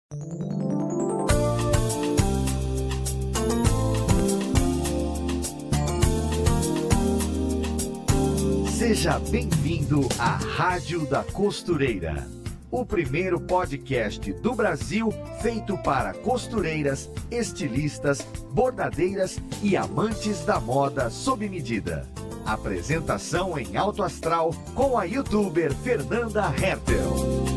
Seja bem-vindo à Rádio da Costureira, o primeiro podcast do Brasil feito para costureiras, estilistas, bordadeiras e amantes da moda sob medida. Apresentação em alto astral com a youtuber Fernanda Hertel.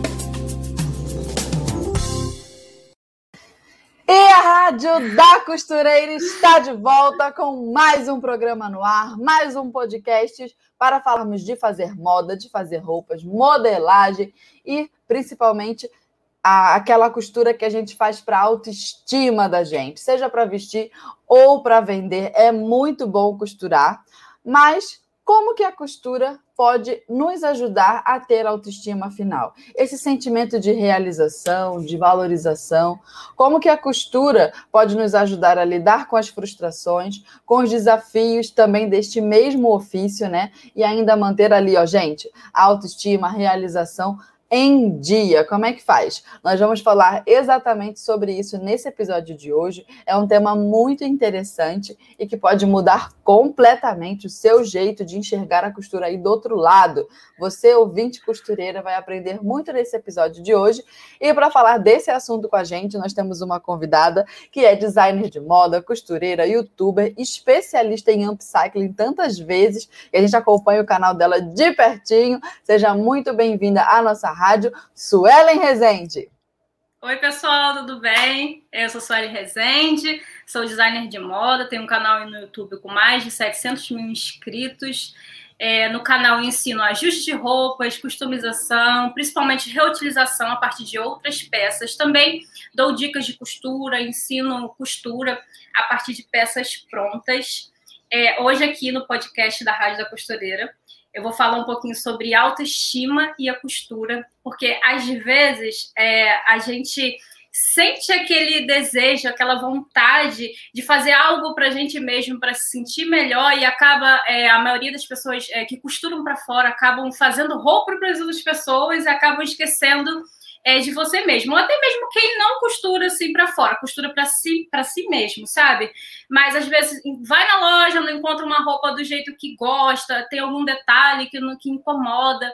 E a Rádio da Costureira está de volta com mais um programa no ar, mais um podcast para falarmos de fazer moda, de fazer roupas, modelagem e principalmente aquela costura que a gente faz para a autoestima da gente, seja para vestir ou para vender. É muito bom costurar, mas como que a costura pode nos ajudar a ter autoestima afinal? Esse sentimento de realização, de valorização, como que a costura pode nos ajudar a lidar com as frustrações, com os desafios também deste mesmo ofício, né? E ainda manter ali, ó, gente, a autoestima, a realização em dia. Como é que faz? Nós vamos falar exatamente sobre isso nesse episódio de hoje. É um tema muito interessante e que pode mudar completamente o seu jeito de enxergar a costura aí do outro lado. Você, ouvinte costureira, vai aprender muito nesse episódio de hoje. E para falar desse assunto com a gente, nós temos uma convidada que é designer de moda, costureira, youtuber, especialista em upcycling tantas vezes, e a gente acompanha o canal dela de pertinho. Seja muito bem-vinda à nossa rádio, Suelen Rezende. Oi, pessoal, tudo bem? Eu sou Suelen Rezende, sou designer de moda, tenho um canal no YouTube com mais de 700 mil inscritos. No canal eu ensino ajuste de roupas, customização, principalmente reutilização a partir de outras peças. Também dou dicas de costura, ensino costura a partir de peças prontas. Hoje aqui no podcast da Rádio da Costureira, eu vou falar um pouquinho sobre autoestima e a costura, porque às vezes a gente sente aquele desejo, aquela vontade de fazer algo para a gente mesmo, para se sentir melhor, e acaba, a maioria das pessoas que costuram para fora acabam fazendo roupa para as outras pessoas e acabam esquecendo de você mesmo, ou até mesmo quem não costura assim para fora, costura para si mesmo, sabe? Mas às vezes vai na loja, não encontra uma roupa do jeito que gosta, tem algum detalhe que incomoda.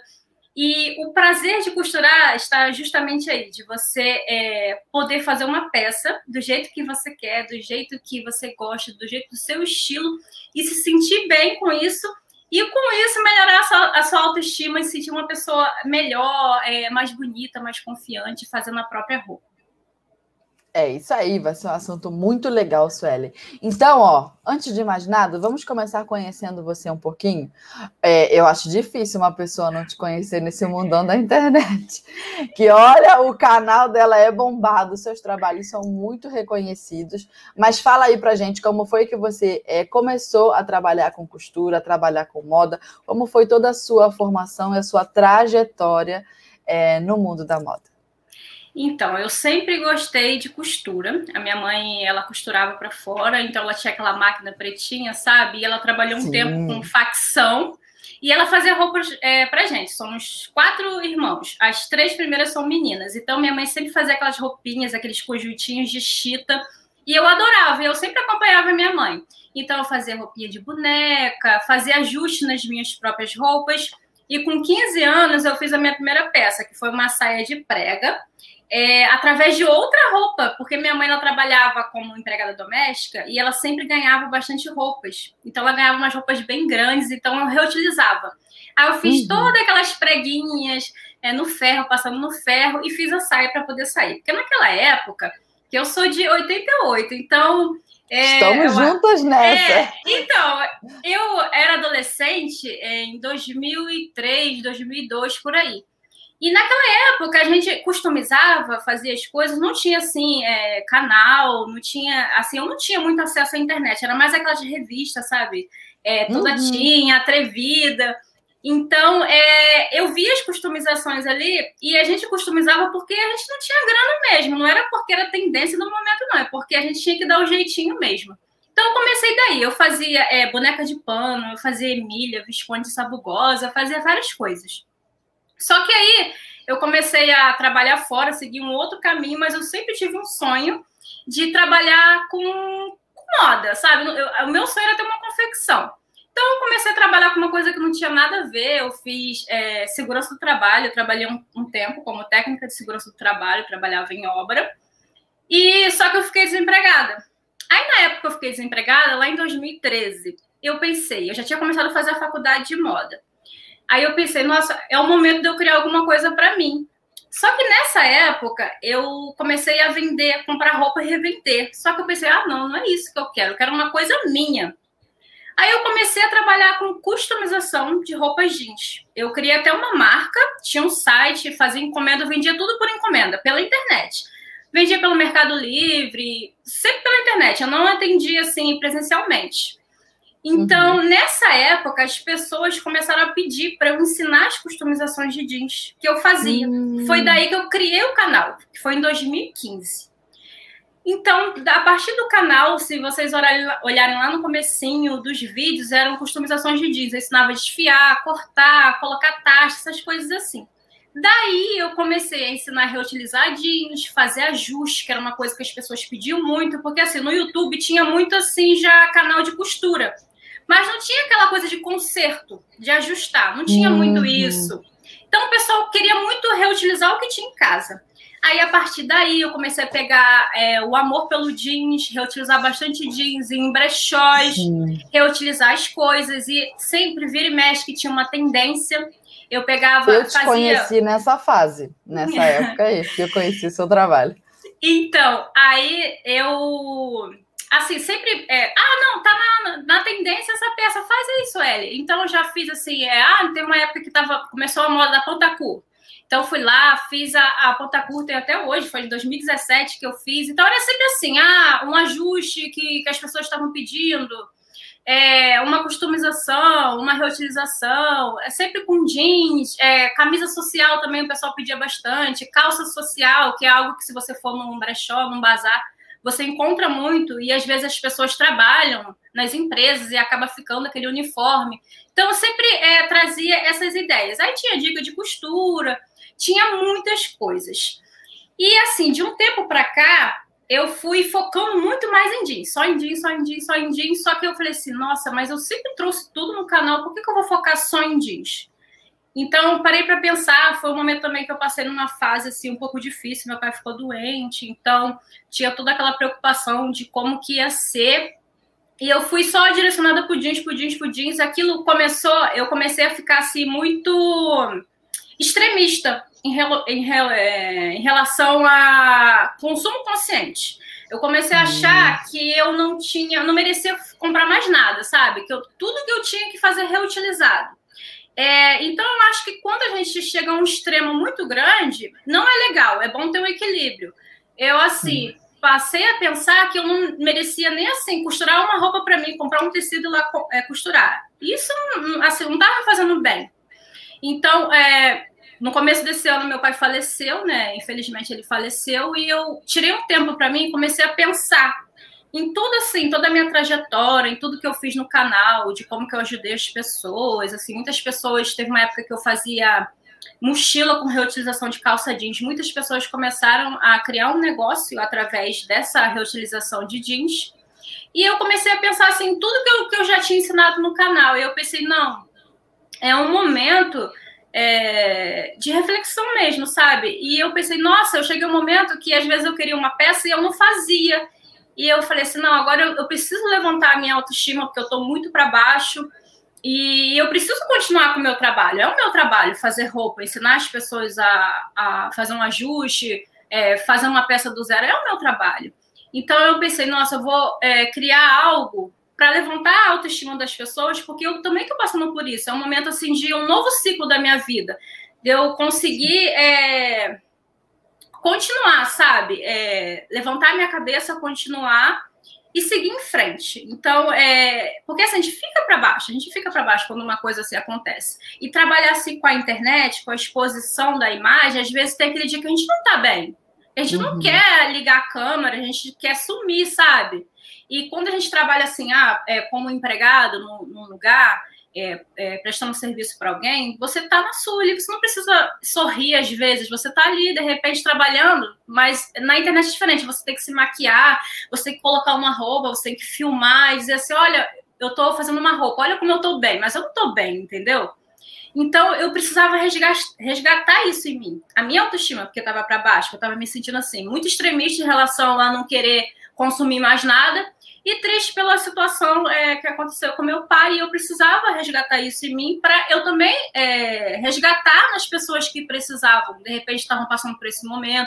E o prazer de costurar está justamente aí, de você poder fazer uma peça do jeito que você quer, do jeito que você gosta, do jeito do seu estilo, e se sentir bem com isso. E com isso melhorar a sua autoestima e se sentir uma pessoa melhor, mais bonita, mais confiante, fazendo a própria roupa. É isso aí, vai ser um assunto muito legal, Suelen. Então, ó, antes de mais nada, vamos começar conhecendo você um pouquinho. Eu acho difícil uma pessoa não te conhecer nesse mundão da internet. Que olha, o canal dela é bombado, seus trabalhos são muito reconhecidos. Mas fala aí pra gente como foi que você começou a trabalhar com costura, a trabalhar com moda, como foi toda a sua formação e a sua trajetória no mundo da moda. Então, eu sempre gostei de costura. A minha mãe, ela costurava para fora, então ela tinha aquela máquina pretinha, sabe? E ela trabalhou um tempo com facção e ela fazia roupas pra gente. Somos 4 irmãos. As 3 primeiras são meninas. Então, minha mãe sempre fazia aquelas roupinhas, aqueles conjuntinhos de chita. E eu adorava, eu sempre acompanhava a minha mãe. Então, eu fazia roupinha de boneca, fazia ajuste nas minhas próprias roupas. E com 15 anos, eu fiz a minha primeira peça, que foi uma saia de prega. Através de outra roupa, porque minha mãe ela trabalhava como empregada doméstica e ela sempre ganhava bastante roupas. Então, ela ganhava umas roupas bem grandes, então eu reutilizava. Aí eu fiz todas aquelas preguinhas no ferro, passando no ferro, e fiz a saia para poder sair. Porque naquela época, que eu sou de 88, então... Estamos juntas nessa. Então, eu era adolescente em 2003, 2002, por aí. E naquela época a gente customizava, fazia as coisas, não tinha assim canal, não tinha, assim, eu não tinha muito acesso à internet, era mais aquelas revistas, sabe? Toda tinha, atrevida. Então, eu via as customizações ali e a gente customizava porque a gente não tinha grana mesmo, não era porque era tendência no momento, não, é porque a gente tinha que dar o jeitinho mesmo. Então, eu comecei daí, eu fazia boneca de pano, eu fazia Emília, Visconde Sabugosa, fazia várias coisas. Só que aí, eu comecei a trabalhar fora, seguir um outro caminho, mas eu sempre tive um sonho de trabalhar com moda, sabe? O meu sonho era ter uma confecção. Então, eu comecei a trabalhar com uma coisa que não tinha nada a ver. Eu fiz segurança do trabalho. Eu trabalhei um tempo como técnica de segurança do trabalho. Eu trabalhava em obra. Só que eu fiquei desempregada. Aí, na época que eu fiquei desempregada, lá em 2013, eu pensei... Eu já tinha começado a fazer a faculdade de moda. Aí eu pensei, nossa, é o momento de eu criar alguma coisa para mim. Só que nessa época, eu comecei a vender, comprar roupa e revender. Só que eu pensei, não é isso que eu quero uma coisa minha. Aí eu comecei a trabalhar com customização de roupas jeans. Eu criei até uma marca, tinha um site, fazia encomenda, eu vendia tudo por encomenda, pela internet. Vendia pelo Mercado Livre, sempre pela internet, eu não atendia assim presencialmente. Então, nessa época, as pessoas começaram a pedir para eu ensinar as customizações de jeans que eu fazia. Foi daí que eu criei o canal, que foi em 2015. Então, a partir do canal, se vocês olharem lá no comecinho dos vídeos, eram customizações de jeans. Eu ensinava a desfiar, cortar, colocar taxa, essas coisas assim. Daí, eu comecei a ensinar a reutilizar jeans, fazer ajuste, que era uma coisa que as pessoas pediam muito, porque assim, no YouTube tinha muito assim já canal de costura. Mas não tinha aquela coisa de conserto, de ajustar. Não tinha muito isso. Então, o pessoal queria muito reutilizar o que tinha em casa. Aí, a partir daí, eu comecei a pegar o amor pelo jeans, reutilizar bastante jeans em brechós, reutilizar as coisas. E sempre, vira e mexe, que tinha uma tendência. Eu pegava... Eu te conheci nessa fase, nessa época aí, que eu conheci o seu trabalho. Então, aí eu... Assim, sempre... não, tá na tendência essa peça, faz isso, Eli. Então, eu já fiz assim... teve uma época que começou a moda da ponta curta. Então, fui lá, fiz a ponta curta, e até hoje, foi em 2017 que eu fiz. Então, era sempre assim, um ajuste que as pessoas estavam pedindo, uma customização, uma reutilização, sempre com jeans, camisa social também o pessoal pedia bastante, calça social, que é algo que se você for num brechó, num bazar, você encontra muito, e às vezes as pessoas trabalham nas empresas e acaba ficando aquele uniforme. Então, eu sempre trazia essas ideias. Aí tinha dica de costura, tinha muitas coisas. E, assim, de um tempo para cá, eu fui focando muito mais em jeans. Só em jeans, só em jeans, só em jeans. Só que eu falei assim, nossa, mas eu sempre trouxe tudo no canal, por que eu vou focar só em jeans? Então, parei para pensar. Foi um momento também que eu passei numa fase, assim, um pouco difícil. Meu pai ficou doente, então tinha toda aquela preocupação de como que ia ser. E eu fui só direcionada por jeans. Aquilo começou... Eu comecei a ficar, assim, muito... extremista em relação a consumo consciente. Eu comecei a achar que eu não merecia comprar mais nada, sabe? Tudo que eu tinha que fazer reutilizado. Então, eu acho que quando a gente chega a um extremo muito grande, não é legal, é bom ter um equilíbrio. Eu, assim, passei a pensar que eu não merecia nem, assim, costurar uma roupa para mim, comprar um tecido e lá costurar. Isso, assim, não estava me fazendo bem. Então, no começo desse ano, meu pai faleceu, né? Infelizmente, ele faleceu. E eu tirei um tempo para mim e comecei a pensar em tudo, assim, toda a minha trajetória, em tudo que eu fiz no canal, de como que eu ajudei as pessoas. Assim, muitas pessoas... Teve uma época que eu fazia mochila com reutilização de calça jeans. Muitas pessoas começaram a criar um negócio através dessa reutilização de jeans. E eu comecei a pensar, assim, em tudo que eu já tinha ensinado no canal. E eu pensei, não, é um momento... de reflexão mesmo, sabe? E eu pensei, nossa, eu cheguei um momento que às vezes eu queria uma peça e eu não fazia. E eu falei assim, não, agora eu preciso levantar a minha autoestima, porque eu estou muito para baixo, e eu preciso continuar com o meu trabalho. É o meu trabalho fazer roupa, ensinar as pessoas a fazer um ajuste, fazer uma peça do zero, é o meu trabalho. Então eu pensei, nossa, eu vou criar algo para levantar a autoestima das pessoas, porque eu também estou passando por isso. É um momento assim, de um novo ciclo da minha vida, de eu conseguir continuar, sabe? Levantar a minha cabeça, continuar e seguir em frente. Então, porque assim, a gente fica para baixo quando uma coisa assim acontece. E trabalhar assim com a internet, com a exposição da imagem, às vezes tem aquele dia que a gente não está bem. A gente não quer ligar a câmera, a gente quer sumir, sabe? E quando a gente trabalha assim, como empregado num lugar, prestando serviço para alguém, você está na sua ali, você não precisa sorrir às vezes, você está ali, de repente, trabalhando, mas na internet é diferente, você tem que se maquiar, você tem que colocar uma roupa, você tem que filmar e dizer assim, olha, eu estou fazendo uma roupa, olha como eu estou bem, mas eu não estou bem, entendeu? Então, eu precisava resgatar isso em mim. A minha autoestima, porque estava para baixo, eu estava me sentindo assim, muito extremista em relação a não querer consumir mais nada, e triste pela situação que aconteceu com meu pai, e eu precisava resgatar isso em mim para eu também resgatar nas pessoas que precisavam, de repente estavam passando por esse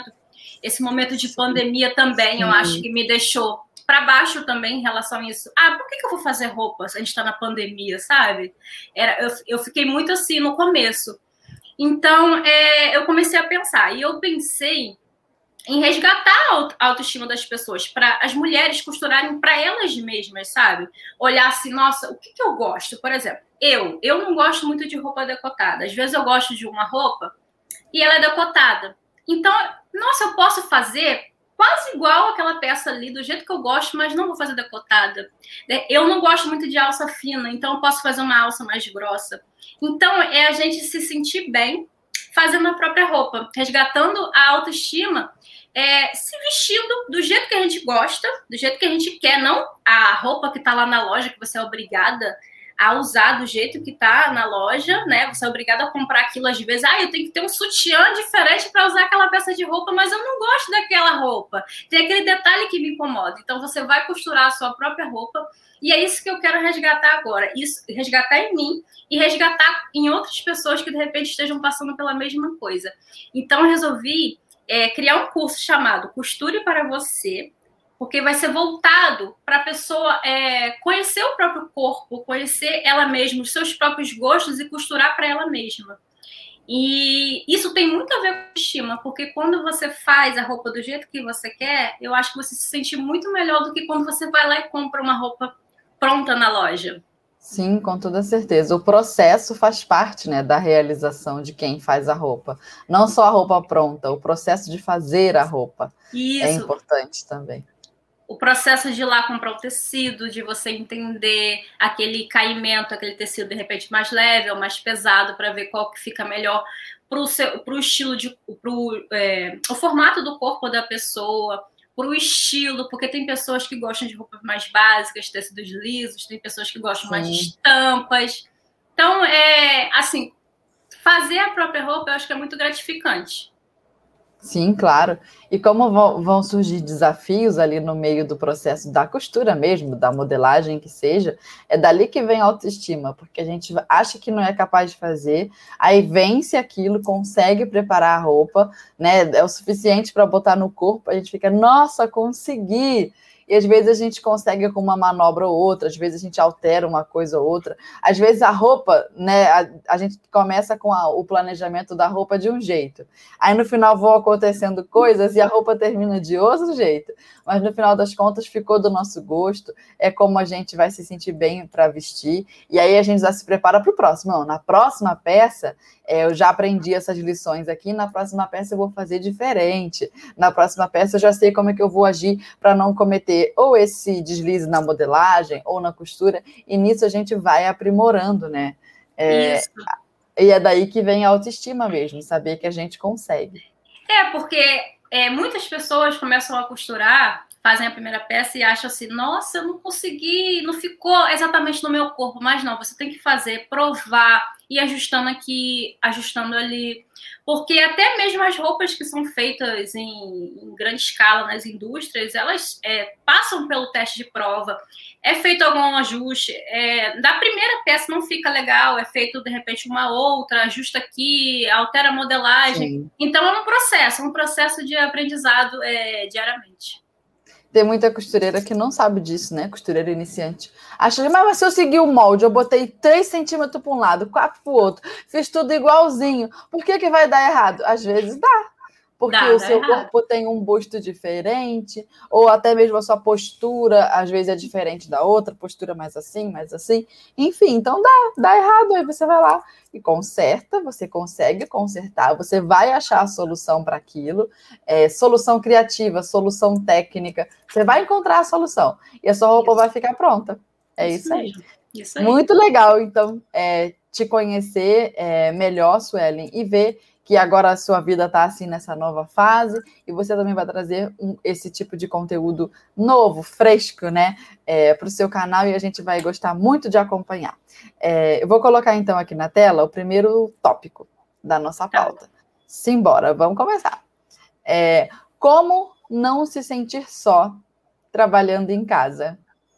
momento de pandemia também, eu acho que me deixou para baixo também em relação a isso. Por que eu vou fazer roupas? A gente está na pandemia, sabe? Eu fiquei muito assim no começo. Então, eu comecei a pensar, e eu pensei em resgatar a autoestima das pessoas, para as mulheres costurarem para elas mesmas, sabe? Olhar assim, nossa, o que eu gosto? Por exemplo, eu não gosto muito de roupa decotada. Às vezes eu gosto de uma roupa e ela é decotada. Então, nossa, eu posso fazer quase igual aquela peça ali, do jeito que eu gosto, mas não vou fazer decotada. Eu não gosto muito de alça fina, então eu posso fazer uma alça mais grossa. Então, é a gente se sentir bem fazendo a própria roupa, resgatando a autoestima, se vestindo do jeito que a gente gosta, do jeito que a gente quer, não a roupa que está lá na loja, que você é obrigada a usar do jeito que está na loja, né? Você é obrigada a comprar aquilo às vezes. Eu tenho que ter um sutiã diferente para usar aquela peça de roupa, mas eu não gosto daquela roupa. Tem aquele detalhe que me incomoda. Então, você vai costurar a sua própria roupa, e é isso que eu quero resgatar agora. Isso, resgatar em mim e resgatar em outras pessoas que, de repente, estejam passando pela mesma coisa. Então, eu resolvi criar um curso chamado Costure para Você, porque vai ser voltado para a pessoa conhecer o próprio corpo, conhecer ela mesma, os seus próprios gostos e costurar para ela mesma. E isso tem muito a ver com estima, porque quando você faz a roupa do jeito que você quer, eu acho que você se sente muito melhor do que quando você vai lá e compra uma roupa pronta na loja. Sim, com toda certeza. O processo faz parte, né, da realização de quem faz a roupa. Não só a roupa pronta, o processo de fazer a roupa é importante também. O processo de ir lá comprar o tecido, de você entender aquele caimento, aquele tecido de repente mais leve ou mais pesado, para ver qual que fica melhor para o estilo, o formato do corpo da pessoa, para o estilo, porque tem pessoas que gostam de roupas mais básicas, tecidos lisos, tem pessoas que gostam mais de estampas. Então, assim, fazer a própria roupa eu acho que é muito gratificante. Sim, claro. E como vão surgir desafios ali no meio do processo da costura mesmo, da modelagem que seja, é dali que vem a autoestima, porque a gente acha que não é capaz de fazer, aí vence aquilo, consegue preparar a roupa, né? É o suficiente para botar no corpo, a gente fica, nossa, consegui! E às vezes a gente consegue com uma manobra ou outra, às vezes a gente altera uma coisa ou outra, às vezes a roupa, né, a gente começa com o planejamento da roupa de um jeito, aí no final vão acontecendo coisas e a roupa termina de outro jeito, mas no final das contas ficou do nosso gosto, é como a gente vai se sentir bem para vestir, e aí a gente já se prepara para o próximo. Não, na próxima peça, eu já aprendi essas lições aqui, na próxima peça eu vou fazer diferente, na próxima peça eu já sei como é que eu vou agir para não cometer ou esse deslize na modelagem ou na costura, e nisso a gente vai aprimorando, né? Isso. E é daí que vem a autoestima mesmo, saber que a gente consegue. Porque muitas pessoas começam a costurar, fazem a primeira peça e acham assim, nossa, eu não consegui, não ficou exatamente no meu corpo, mas não, você tem que fazer, provar, ir ajustando aqui, ajustando ali, porque até mesmo as roupas que são feitas em grande escala nas indústrias, elas passam pelo teste de prova, é feito algum ajuste, da primeira peça não fica legal, é feito de repente uma outra, ajusta aqui, altera a modelagem. Sim. Então é um processo de aprendizado diariamente. Tem muita costureira que não sabe disso, né? Costureira iniciante. Acha, mas se eu seguir o molde, eu botei 3 centímetros para um lado, 4 para o outro, fiz tudo igualzinho, por que vai dar errado? Às vezes dá. Porque o seu corpo tem um busto diferente, ou até mesmo a sua postura, às vezes é diferente da outra, postura mais assim, mais assim. Enfim, então dá errado, aí você vai lá e conserta, você consegue consertar, você vai achar a solução para aquilo, solução criativa, solução técnica, você vai encontrar a solução, e a sua roupa vai ficar pronta. É isso aí. Isso aí. Muito legal, então, te conhecer melhor, Suelen, e ver que agora a sua vida está assim nessa nova fase e você também vai trazer esse tipo de conteúdo novo, fresco, né, para o seu canal e a gente vai gostar muito de acompanhar. Eu vou colocar então aqui na tela o primeiro tópico da nossa pauta. Simbora, vamos começar. Como não se sentir só trabalhando em casa?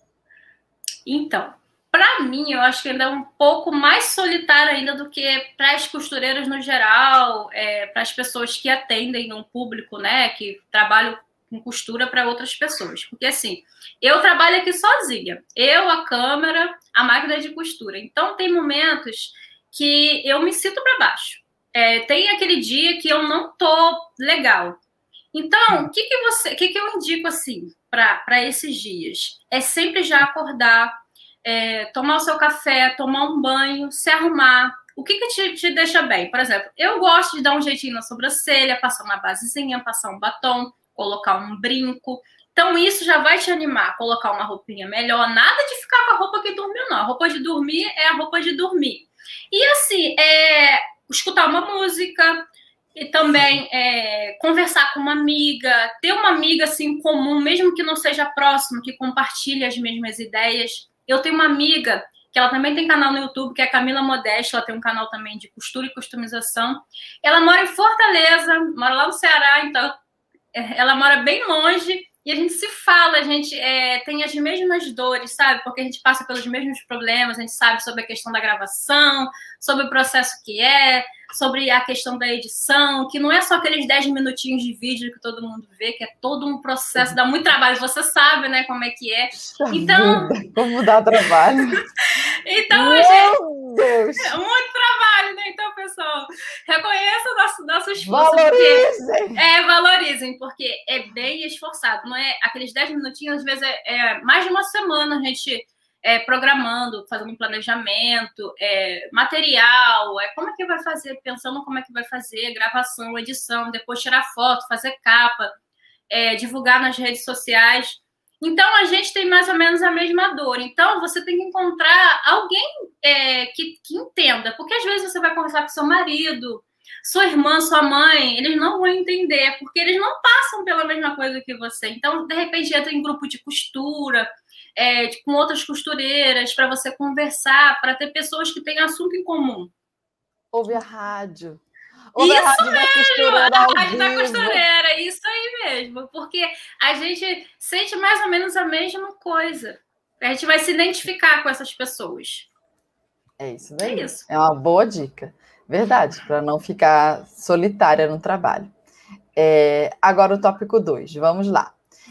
Então, para mim, eu acho que ainda é um pouco mais solitário ainda do que para as costureiras no geral, para as pessoas que atendem um público, né, que trabalham com costura para outras pessoas. Porque, assim, eu trabalho aqui sozinha. Eu, a câmera, a máquina de costura. Então, tem momentos que eu me sinto para baixo. Tem aquele dia que eu não tô legal. Então, o que eu indico, assim, para esses dias? É sempre já acordar, tomar o seu café, tomar um banho, se arrumar. O que te deixa bem? Por exemplo, eu gosto de dar um jeitinho na sobrancelha, passar uma basezinha, passar um batom, colocar um brinco. Então, isso já vai te animar, colocar uma roupinha melhor. Nada de ficar com a roupa que dormiu, não. A roupa de dormir é a roupa de dormir. E, assim, escutar uma música e também conversar com uma amiga, ter uma amiga, assim, comum, mesmo que não seja próximo, que compartilhe as mesmas ideias. Eu tenho uma amiga que ela também tem canal no YouTube, que é a Camila Modeste, ela tem um canal também de costura e customização. Ela mora em Fortaleza, mora lá no Ceará, então ela mora bem longe e a gente se fala, a gente tem as mesmas dores, sabe? Porque a gente passa pelos mesmos problemas, a gente sabe sobre a questão da gravação, sobre o processo que sobre a questão da edição, que não é só aqueles 10 minutinhos de vídeo que todo mundo vê, que é todo um processo, dá muito trabalho, você sabe, né, como é que é. Então, como dá trabalho. Então, Meu Deus. É muito trabalho, né? Então, pessoal, reconheça o nosso esforço. Valorizem! Valorizem, porque é bem esforçado. Não é aqueles 10 minutinhos, às vezes mais de uma semana a gente programando, fazendo um planejamento, material, como é que vai fazer, pensando como é que vai fazer, gravação, edição, depois tirar foto, fazer capa, divulgar nas redes sociais. Então, a gente tem mais ou menos a mesma dor. Então, você tem que encontrar alguém que entenda. Porque, às vezes, você vai conversar com seu marido, sua irmã, sua mãe, eles não vão entender, porque eles não passam pela mesma coisa que você. Então, de repente, entra em grupo de costura, com outras costureiras, para você conversar, para ter pessoas que têm assunto em comum. Ouve a rádio. Isso mesmo, a rádio da costureira, isso aí mesmo, porque a gente sente mais ou menos a mesma coisa. A gente vai se identificar com essas pessoas. É isso daí. É isso. É uma boa dica. Verdade, para não ficar solitária no trabalho. Agora o tópico 2, vamos lá.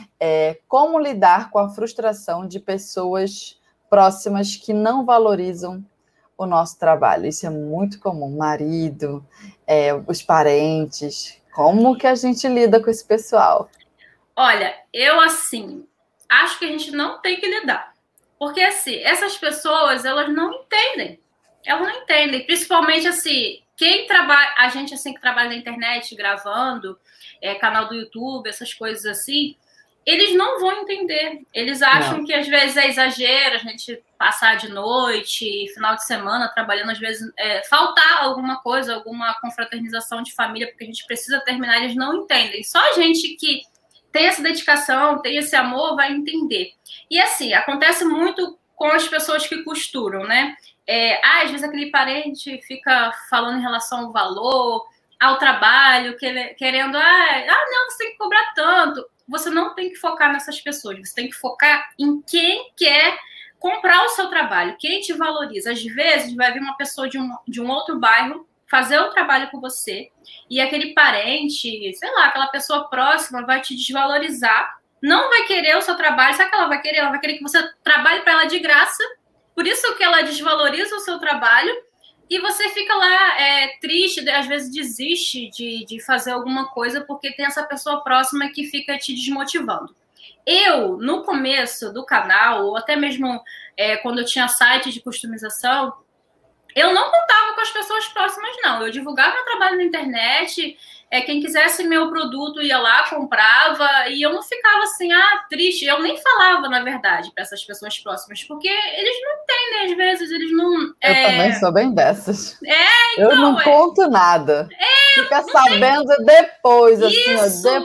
Como lidar com a frustração de pessoas próximas que não valorizam o nosso trabalho? Isso é muito comum. Marido, os parentes. Como que a gente lida com esse pessoal? Olha, eu, assim, acho que a gente não tem que lidar. Porque, assim, essas pessoas, elas não entendem. Elas não entendem. Principalmente, assim, quem trabalha... A gente, assim, que trabalha na internet, gravando, canal do YouTube, essas coisas assim, eles não vão entender. Eles acham que, às vezes, é exagero a gente passar de noite, final de semana, trabalhando, às vezes, faltar alguma coisa, alguma confraternização de família, porque a gente precisa terminar, eles não entendem. Só a gente que tem essa dedicação, tem esse amor, vai entender. E, assim, acontece muito com as pessoas que costuram, né? Às vezes aquele parente fica falando em relação ao valor, ao trabalho, querendo, não, você tem que cobrar tanto. Você não tem que focar nessas pessoas, você tem que focar em quem quer comprar o seu trabalho, quem te valoriza. Às vezes vai vir uma pessoa de um outro bairro fazer o trabalho com você e aquele parente, sei lá, aquela pessoa próxima vai te desvalorizar, não vai querer o seu trabalho. Sabe o que ela vai querer? Ela vai querer que você trabalhe para ela de graça, por isso que ela desvaloriza o seu trabalho e você fica lá triste, às vezes desiste de fazer alguma coisa porque tem essa pessoa próxima que fica te desmotivando. Eu, no começo do canal, ou até mesmo quando eu tinha site de customização, eu não contava com as pessoas próximas, não. Eu divulgava meu trabalho na internet, quem quisesse meu produto ia lá, comprava, e eu não ficava assim, triste. Eu nem falava, na verdade, para essas pessoas próximas, porque eles não entendem, às vezes, eles não... Eu também sou bem dessas. Então, eu não conto nada. Fica sabendo depois, assim,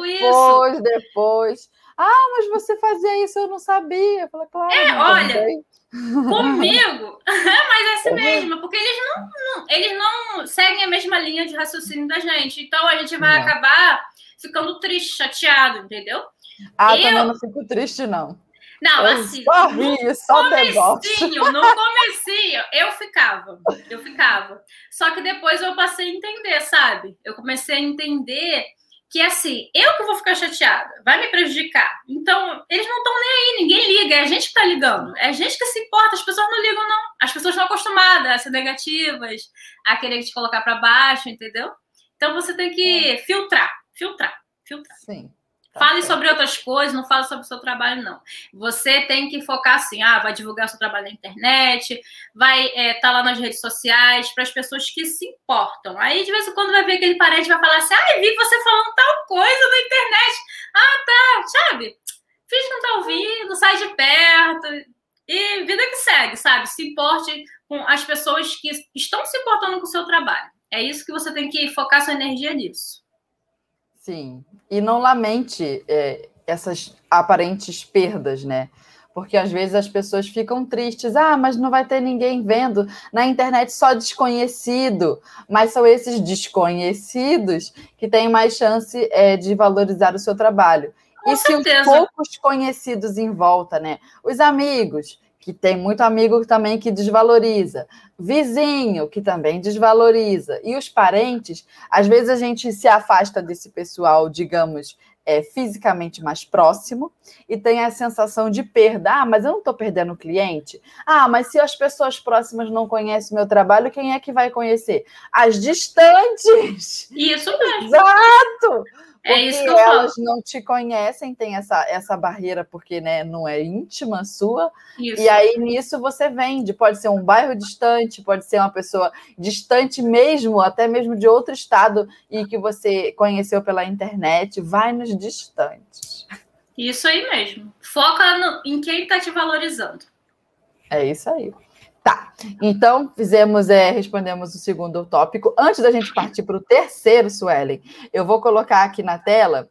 ó, depois. Mas você fazia isso, eu não sabia. Eu falei, claro, olha, comigo, mas é assim mesmo, porque eles não seguem a mesma linha de raciocínio da gente. Então, a gente vai acabar ficando triste, chateado, entendeu? Também não fico triste, não. Não, assim, só rio, só deboche. No comecinho, eu ficava. Só que depois eu passei a entender, sabe? Eu comecei a entender que, assim, eu que vou ficar chateada, vai me prejudicar. Então, eles não estão nem aí, ninguém liga, é a gente que está ligando. É a gente que se importa, as pessoas não ligam, não. As pessoas estão acostumadas a ser negativas, a querer te colocar para baixo, entendeu? Então, você tem que filtrar. Sim. Fale sobre outras coisas, não fale sobre o seu trabalho, não. Você tem que focar assim, vai divulgar o seu trabalho na internet, vai estar lá nas redes sociais, para as pessoas que se importam. Aí, de vez em quando, vai ver aquele parente e vai falar assim, vi você falando tal coisa na internet. Sabe? Finge que não tá ouvindo, sai de perto. E vida que segue, sabe? Se importe com as pessoas que estão se importando com o seu trabalho. É isso que você tem que focar sua energia nisso. Sim, e não lamente essas aparentes perdas, né? Porque às vezes as pessoas ficam tristes. Mas não vai ter ninguém vendo. Na internet só desconhecido. Mas são esses desconhecidos que têm mais chance de valorizar o seu trabalho. Com certeza. Se os poucos conhecidos em volta, né? Os amigos, que tem muito amigo também que desvaloriza. Vizinho, que também desvaloriza. E os parentes, às vezes a gente se afasta desse pessoal, digamos, fisicamente mais próximo e tem a sensação de perda. Mas eu não estou perdendo o cliente. Mas se as pessoas próximas não conhecem o meu trabalho, quem é que vai conhecer? As distantes! Isso mesmo. Exato! Porque isso que eu elas falo. não te conhecem, tem essa barreira, porque, né, não é íntima sua. Isso. E aí, nisso, você vende. Pode ser um bairro distante, pode ser uma pessoa distante mesmo, até mesmo de outro estado, e que você conheceu pela internet. Vai nos distantes. Isso aí mesmo. Foca em quem está te valorizando. É isso aí. Tá, então respondemos o segundo tópico. Antes da gente partir para o terceiro, Suelen, eu vou colocar aqui na tela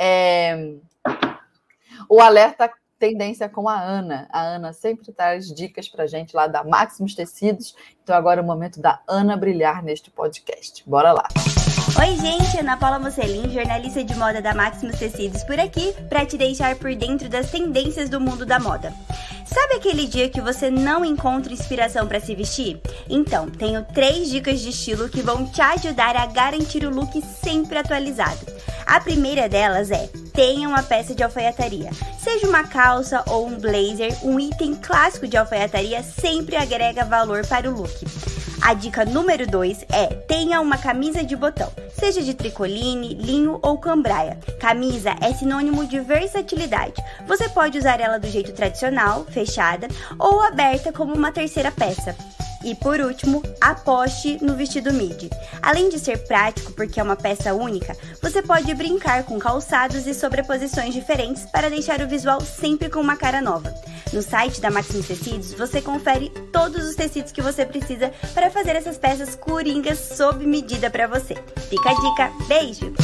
o alerta tendência com a Ana. A Ana sempre traz dicas para a gente lá da Maximus Tecidos. Então agora é o momento da Ana brilhar neste podcast. Bora lá. Oi, gente, Ana Paula Mocelin, jornalista de moda da Maximus Tecidos por aqui, para te deixar por dentro das tendências do mundo da moda. Sabe aquele dia que você não encontra inspiração para se vestir? Então, tenho 3 dicas de estilo que vão te ajudar a garantir o look sempre atualizado. A primeira delas tenha uma peça de alfaiataria. Seja uma calça ou um blazer, um item clássico de alfaiataria sempre agrega valor para o look. A dica número 2 tenha uma camisa de botão, seja de tricoline, linho ou cambraia. Camisa é sinônimo de versatilidade. Você pode usar ela do jeito tradicional, fechada, ou aberta como uma terceira peça. E por último, aposte no vestido midi. Além de ser prático porque é uma peça única, você pode brincar com calçados e sobreposições diferentes para deixar o visual sempre com uma cara nova. No site da Maximus Tecidos, você confere todos os tecidos que você precisa para fazer essas peças coringas sob medida para você. Fica a dica, beijo!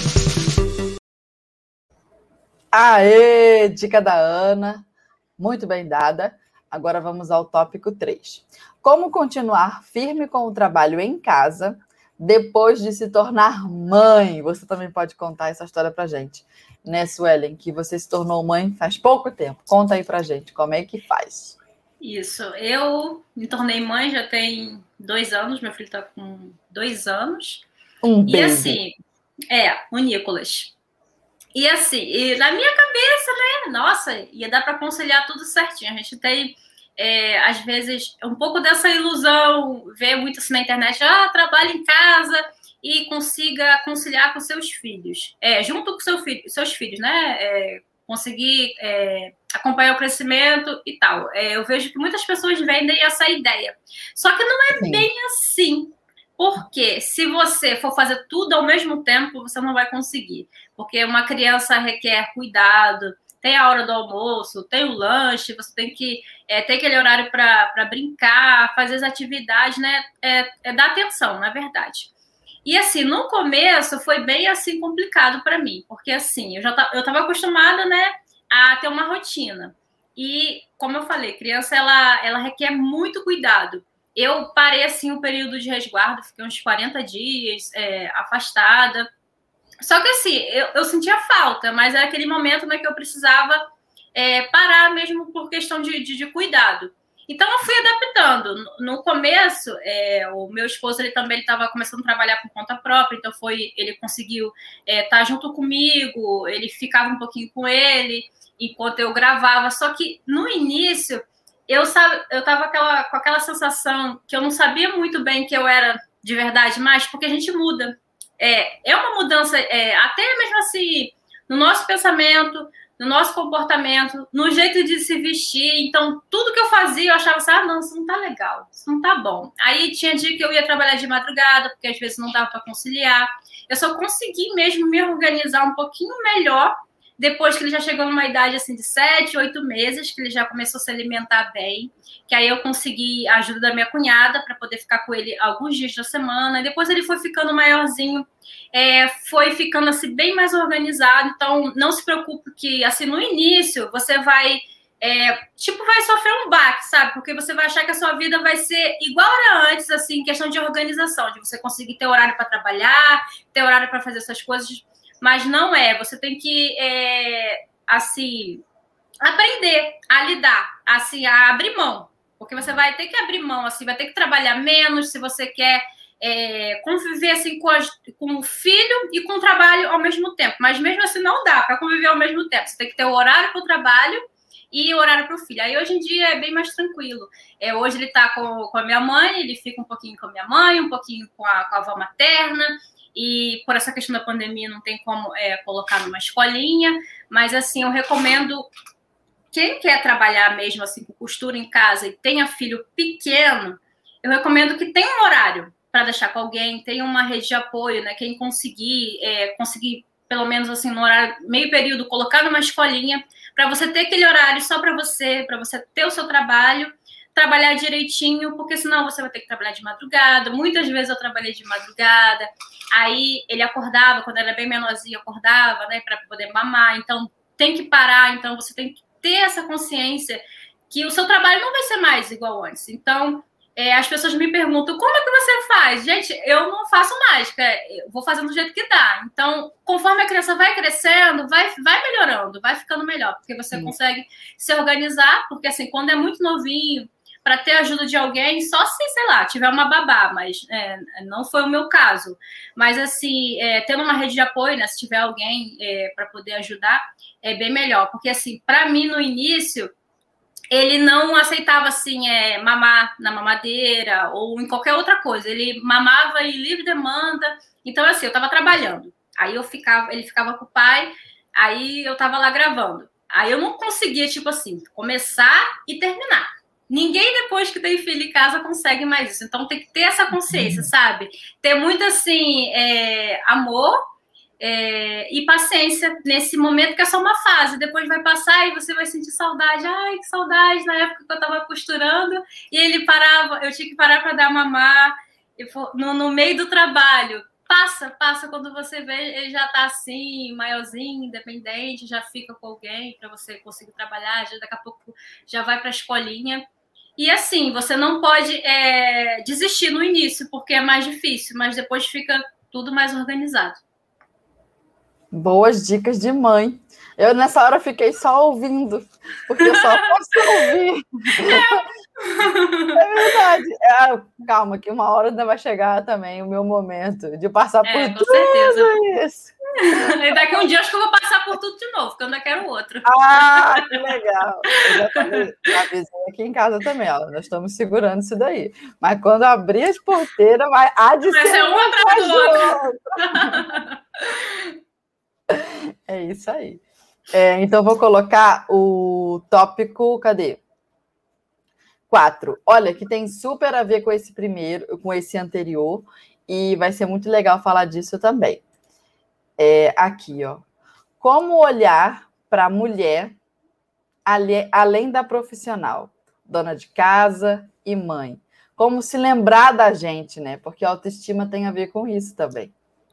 Aê, dica da Ana, muito bem dada. Agora vamos ao tópico 3. Como continuar firme com o trabalho em casa depois de se tornar mãe? Você também pode contar essa história pra gente, né, Suelen? Que você se tornou mãe faz pouco tempo. Conta aí pra gente, como é que faz? Isso, eu me tornei mãe já tem 2 anos, meu filho tá com 2 anos. E assim, o Nicolas. E assim, na minha cabeça, né, nossa, ia dar para conciliar tudo certinho. A gente tem, às vezes, um pouco dessa ilusão, vê muito assim na internet, trabalha em casa e consiga conciliar com seus filhos. Junto com seus filhos, né, conseguir acompanhar o crescimento e tal. Eu vejo que muitas pessoas vendem essa ideia. Só que não é bem assim. Porque se você for fazer tudo ao mesmo tempo, você não vai conseguir. Porque uma criança requer cuidado, tem a hora do almoço, tem o lanche, você tem que ter aquele horário para brincar, fazer as atividades, né? Dar atenção, na verdade. E assim, no começo foi bem assim complicado para mim, porque assim, eu estava acostumada, né, a ter uma rotina. E, como eu falei, criança, ela requer muito cuidado. Eu parei, assim, um período de resguardo, fiquei uns 40 dias afastada. Só que, assim, eu sentia falta, mas era aquele momento, né, que eu precisava parar mesmo por questão de cuidado. Então, eu fui adaptando. No começo, o meu esposo, ele também estava começando a trabalhar por conta própria, então ele conseguiu estar junto comigo, ele ficava um pouquinho com ele, enquanto eu gravava. Só que, no início, eu estava com aquela sensação que eu não sabia muito bem que eu era de verdade mais, porque a gente muda. É uma mudança, até mesmo assim, no nosso pensamento, no nosso comportamento, no jeito de se vestir. Então, tudo que eu fazia, eu achava assim, não, isso não tá legal, isso não tá bom. Aí tinha dia que eu ia trabalhar de madrugada, porque às vezes não dava para conciliar. Eu só consegui mesmo me organizar um pouquinho melhor depois que ele já chegou numa idade assim de 7, 8 meses, que ele já começou a se alimentar bem, que aí eu consegui a ajuda da minha cunhada para poder ficar com ele alguns dias da semana. E depois ele foi ficando maiorzinho, foi ficando assim bem mais organizado. Então não se preocupe que assim no início você vai vai sofrer um baque, sabe? Porque você vai achar que a sua vida vai ser igual era antes, assim, questão de organização, de você conseguir ter horário para trabalhar, ter horário para fazer essas coisas. Mas não você tem que, assim, aprender a lidar, assim, a abrir mão. Porque você vai ter que abrir mão, assim, vai ter que trabalhar menos se você quer conviver, assim, com o filho e com o trabalho ao mesmo tempo. Mas mesmo assim não dá para conviver ao mesmo tempo. Você tem que ter o horário para o trabalho e o horário para o filho. Aí hoje em dia é bem mais tranquilo. Hoje ele está com a minha mãe, ele fica um pouquinho com a minha mãe, um pouquinho com a avó materna. E por essa questão da pandemia não tem como colocar numa escolinha, mas assim, eu recomendo quem quer trabalhar mesmo assim com costura em casa e tenha filho pequeno, eu recomendo que tenha um horário para deixar com alguém, tenha uma rede de apoio, né? Quem conseguir pelo menos assim no horário meio período, colocar numa escolinha, para você ter aquele horário só para você ter o seu trabalho, trabalhar direitinho, porque senão você vai ter que trabalhar de madrugada. Muitas vezes eu trabalhei de madrugada, aí ele acordava, quando era bem menorzinho, acordava, né, para poder mamar. Então, tem que parar, então você tem que ter essa consciência que o seu trabalho não vai ser mais igual antes. Então, as pessoas me perguntam, como é que você faz? Gente, eu não faço mágica, eu vou fazendo do jeito que dá. Então, conforme a criança vai crescendo, vai melhorando, vai ficando melhor, porque você consegue se organizar, porque assim, quando é muito novinho, para ter a ajuda de alguém, só se, sei lá, tiver uma babá, mas não foi o meu caso. Mas, assim, tendo uma rede de apoio, né, se tiver alguém para poder ajudar, é bem melhor. Porque, assim, para mim, no início, ele não aceitava, assim, mamar na mamadeira ou em qualquer outra coisa. Ele mamava em livre demanda. Então, assim, eu estava trabalhando. Aí ele ficava com o pai, aí eu estava lá gravando. Aí eu não conseguia, tipo assim, começar e terminar. Ninguém, depois que tem filho em casa, consegue mais isso. Então, tem que ter essa consciência, sabe? Ter muito, assim, amor e paciência nesse momento, que é só uma fase. Depois vai passar e você vai sentir saudade. Ai, que saudade na época que eu estava costurando. E ele parava, eu tinha que parar para dar mamar no meio do trabalho. Passa, quando você vê, ele já tá assim, maiorzinho, independente, já fica com alguém para você conseguir trabalhar, já daqui a pouco já vai para a escolinha. E assim, você não pode desistir no início, porque é mais difícil, mas depois fica tudo mais organizado. Boas dicas de mãe. Eu, nessa hora, fiquei só ouvindo, porque eu só posso ouvir. É verdade. Calma, que uma hora ainda vai chegar também o meu momento de passar por tudo certeza. Isso. E daqui a um dia acho que eu vou passar por tudo de novo, porque eu ainda quero outro. Ah, que legal. Exatamente. A vizinha aqui em casa também, nós estamos segurando isso daí. Mas quando abrir as porteiras, vai ser um atrás do outro. É isso aí. Então, vou colocar o tópico, cadê? 4. Olha, que tem super a ver com esse primeiro, com esse anterior, e vai ser muito legal falar disso também. Aqui, ó. Como olhar para a mulher além da profissional, dona de casa e mãe? Como se lembrar da gente, né? Porque a autoestima tem a ver com isso também.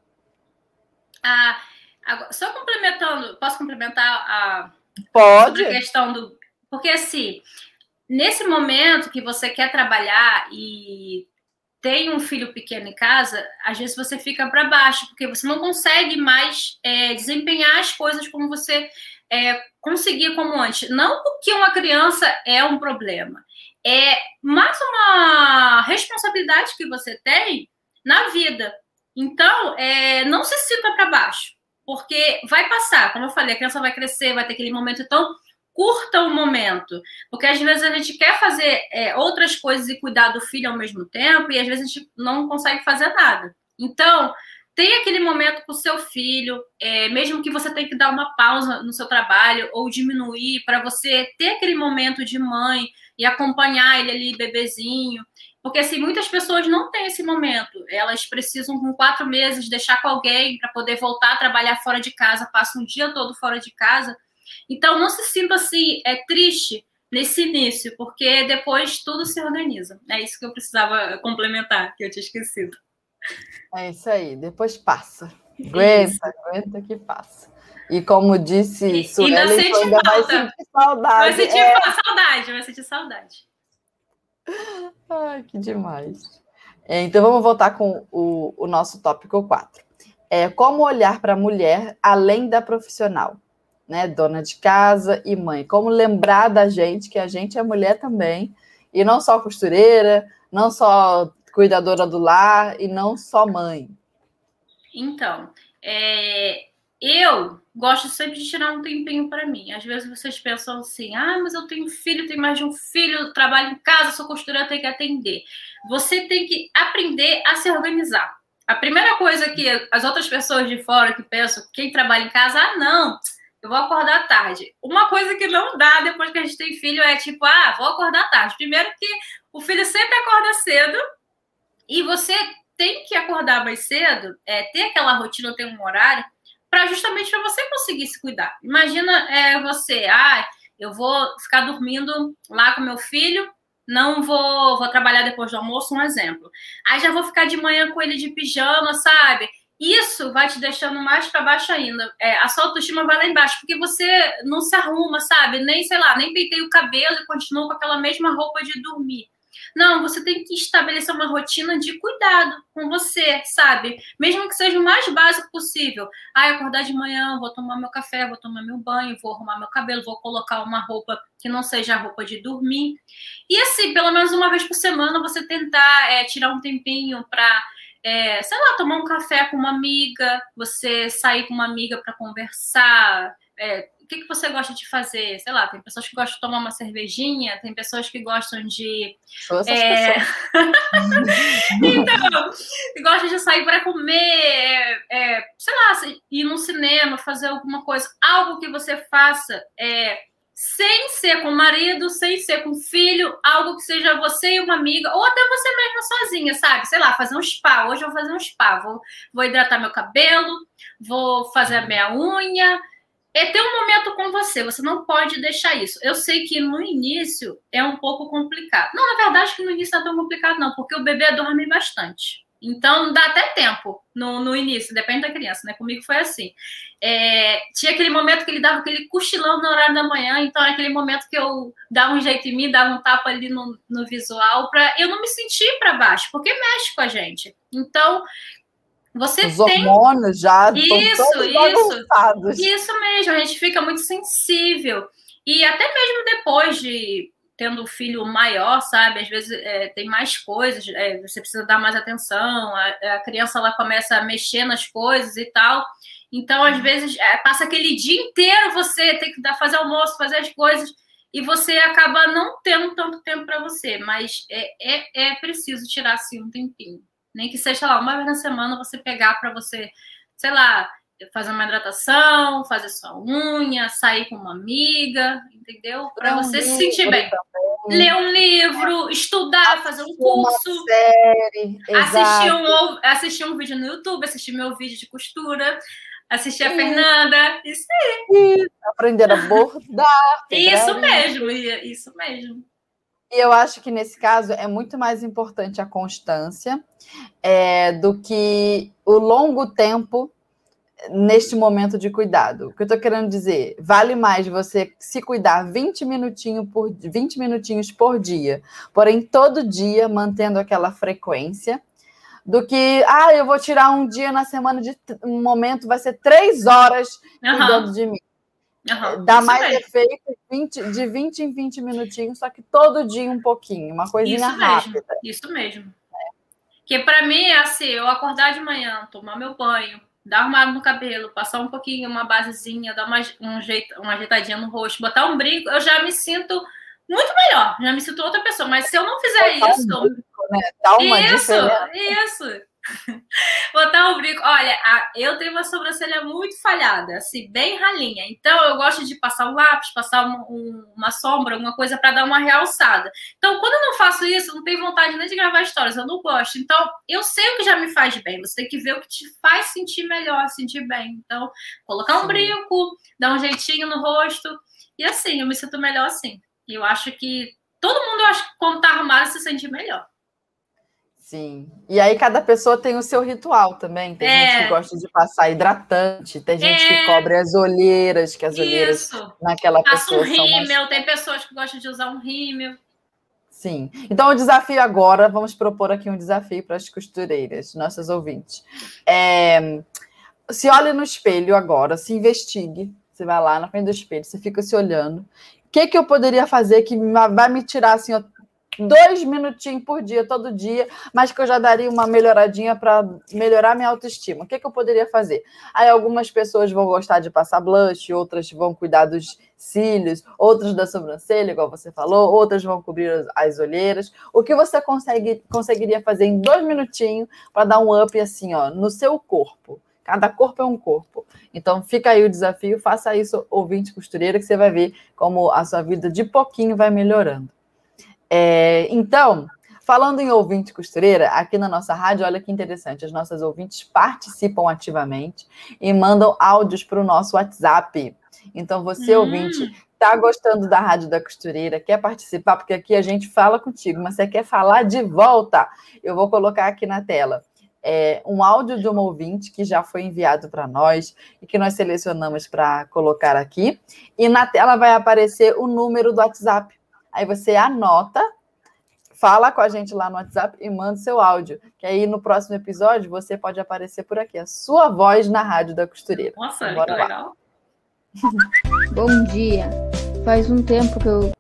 Agora, só complementando, posso complementar Pode. sobre a questão do... Porque, assim, nesse momento que você quer trabalhar e tem um filho pequeno em casa, às vezes você fica para baixo, porque você não consegue mais desempenhar as coisas como você conseguia como antes. Não porque uma criança é um problema, é mais uma responsabilidade que você tem na vida. Então, não se sinta para baixo, porque vai passar. Como eu falei, a criança vai crescer, vai ter aquele momento. Então, curta o momento, porque às vezes a gente quer fazer outras coisas e cuidar do filho ao mesmo tempo, e às vezes a gente não consegue fazer nada. Então, tenha aquele momento com o seu filho, mesmo que você tenha que dar uma pausa no seu trabalho ou diminuir, para você ter aquele momento de mãe e acompanhar ele ali, bebezinho. Porque, assim, muitas pessoas não têm esse momento. Elas precisam, com 4 meses, deixar com alguém para poder voltar a trabalhar fora de casa, passa um dia todo fora de casa. Então, não se sinta assim, triste nesse início, porque depois tudo se organiza. É isso que eu precisava complementar, que eu tinha esquecido. É isso aí, depois passa. Aguenta que passa. E como disse Sueli, ainda vai sentir saudade. Vai sentir saudade. Ai, que demais. Então, vamos voltar com o nosso tópico 4. Como olhar para a mulher além da profissional, né? Dona de casa e mãe. Como lembrar da gente, que a gente é mulher também, e não só costureira, não só cuidadora do lar e não só mãe. Então, eu gosto sempre de tirar um tempinho para mim. Às vezes vocês pensam assim, mas eu tenho filho, tenho mais de um filho, trabalho em casa, sou costureira, tenho que atender. Você tem que aprender a se organizar. A primeira coisa que as outras pessoas de fora que pensam, quem trabalha em casa, não, eu vou acordar tarde. Uma coisa que não dá depois que a gente tem filho é tipo, vou acordar tarde. Primeiro que o filho sempre acorda cedo e você tem que acordar mais cedo, ter aquela rotina, ter um horário, justamente para você conseguir se cuidar. Imagina você, eu vou ficar dormindo lá com meu filho, não vou trabalhar depois do almoço, um exemplo. Aí já vou ficar de manhã com ele de pijama, sabe? Isso vai te deixando mais para baixo ainda. A sua autoestima vai lá embaixo, porque você não se arruma, sabe? Nem penteia o cabelo e continua com aquela mesma roupa de dormir. Não, você tem que estabelecer uma rotina de cuidado com você, sabe? Mesmo que seja o mais básico possível. Acordar de manhã, vou tomar meu café, vou tomar meu banho, vou arrumar meu cabelo, vou colocar uma roupa que não seja a roupa de dormir. E assim, pelo menos uma vez por semana, você tentar tirar um tempinho para, tomar um café com uma amiga, você sair com uma amiga para conversar. O que você gosta de fazer? Sei lá, tem pessoas que gostam de tomar uma cervejinha, tem pessoas que gostam de... Então, gostam de sair para comer, ir no cinema, fazer alguma coisa. Algo que você faça sem ser com o marido, sem ser com o filho, algo que seja você e uma amiga, ou até você mesma sozinha, sabe? Sei lá, fazer um spa. Hoje eu vou fazer um spa. Vou hidratar meu cabelo, vou fazer a minha unha... ter um momento com você não pode deixar isso. Eu sei que no início é um pouco complicado. Não, na verdade, que no início não é tão complicado, não, porque o bebê dorme bastante. Então, dá até tempo no início, depende da criança, né? Comigo foi assim. Tinha aquele momento que ele dava aquele cochilão no horário da manhã, então era aquele momento que eu dava um jeito em mim, dava um tapa ali no visual, para eu não me sentir para baixo, porque mexe com a gente. Então... Os hormônios já estão todos bagunçados. Isso mesmo, a gente fica muito sensível. E até mesmo depois de tendo um filho maior, sabe? Às vezes tem mais coisas, você precisa dar mais atenção, a criança ela começa a mexer nas coisas e tal. Então, às vezes, passa aquele dia inteiro você tem que fazer almoço, fazer as coisas, e você acaba não tendo tanto tempo para você. Mas é preciso tirar, assim, um tempinho. Nem que seja, uma vez na semana você pegar para você, fazer uma hidratação, fazer sua unha, sair com uma amiga, entendeu? Para você se sentir bem. Também. Ler um livro, estudar, fazer um curso. Uma série, assistir um vídeo no YouTube, assistir meu vídeo de costura, assistir a Fernanda. Isso aí. Aprender a bordar. Isso mesmo. E eu acho que, nesse caso, é muito mais importante a constância do que o longo tempo neste momento de cuidado. O que eu estou querendo dizer? Vale mais você se cuidar 20 minutinhos por dia, porém todo dia mantendo aquela frequência, do que, eu vou tirar um dia na semana de um momento, vai ser 3 horas cuidando de mim. Dá mais efeito de 20 em 20 minutinhos, só que todo dia um pouquinho, uma coisinha rápida. Isso mesmo. Que para mim é assim, eu acordar de manhã, tomar meu banho, dar arrumado no cabelo, passar um pouquinho, uma basezinha, dar uma ajeitadinha no rosto, botar um brinco, eu já me sinto muito melhor, já me sinto outra pessoa. Mas se eu não fizer isso... Dá uma diferença. Isso. Botar um brinco. Olha, eu tenho uma sobrancelha muito falhada, assim, bem ralinha. Então, eu gosto de passar um lápis, passar uma sombra, alguma coisa para dar uma realçada. Então, quando eu não faço isso, eu não tenho vontade nem de gravar histórias, eu não gosto. Então, eu sei o que já me faz bem. Você tem que ver o que te faz sentir melhor, sentir bem. Então, colocar um brinco, dar um jeitinho no rosto. E assim, eu me sinto melhor assim. E eu acho que todo mundo, quando tá arrumado, se sente melhor. Sim. E aí cada pessoa tem o seu ritual também. Tem gente que gosta de passar hidratante, tem gente que cobre as olheiras, que as olheiras naquela pessoa são rímel, tem pessoas que gostam de usar um rímel. Sim. Então, o desafio agora, vamos propor aqui um desafio para as costureiras, nossas ouvintes. Se olhe no espelho agora, se investigue. Você vai lá na frente do espelho, você fica se olhando. O que eu poderia fazer que vai me tirar, assim, 2 minutinhos por dia, todo dia, mas que eu já daria uma melhoradinha para melhorar minha autoestima? O que eu poderia fazer? Aí algumas pessoas vão gostar de passar blush, outras vão cuidar dos cílios, outras da sobrancelha, igual você falou, outras vão cobrir as olheiras. O que você conseguiria fazer em 2 minutinhos para dar um up assim, no seu corpo? Cada corpo é um corpo. Então, fica aí o desafio, faça isso, ouvinte costureira, que você vai ver como a sua vida de pouquinho vai melhorando. Então, falando em ouvinte costureira, aqui na nossa rádio, olha que interessante, as nossas ouvintes participam ativamente e mandam áudios para o nosso WhatsApp. Então, você, ouvinte, está gostando da Rádio da Costureira, quer participar, porque aqui a gente fala contigo, mas você quer falar de volta, eu vou colocar aqui na tela um áudio de uma ouvinte que já foi enviado para nós e que nós selecionamos para colocar aqui, e na tela vai aparecer o número do WhatsApp. Aí você anota, fala com a gente lá no WhatsApp e manda seu áudio, que aí no próximo episódio você pode aparecer por aqui, a sua voz na Rádio da Costureira. Nossa, que legal. Bom dia. Faz um tempo que eu...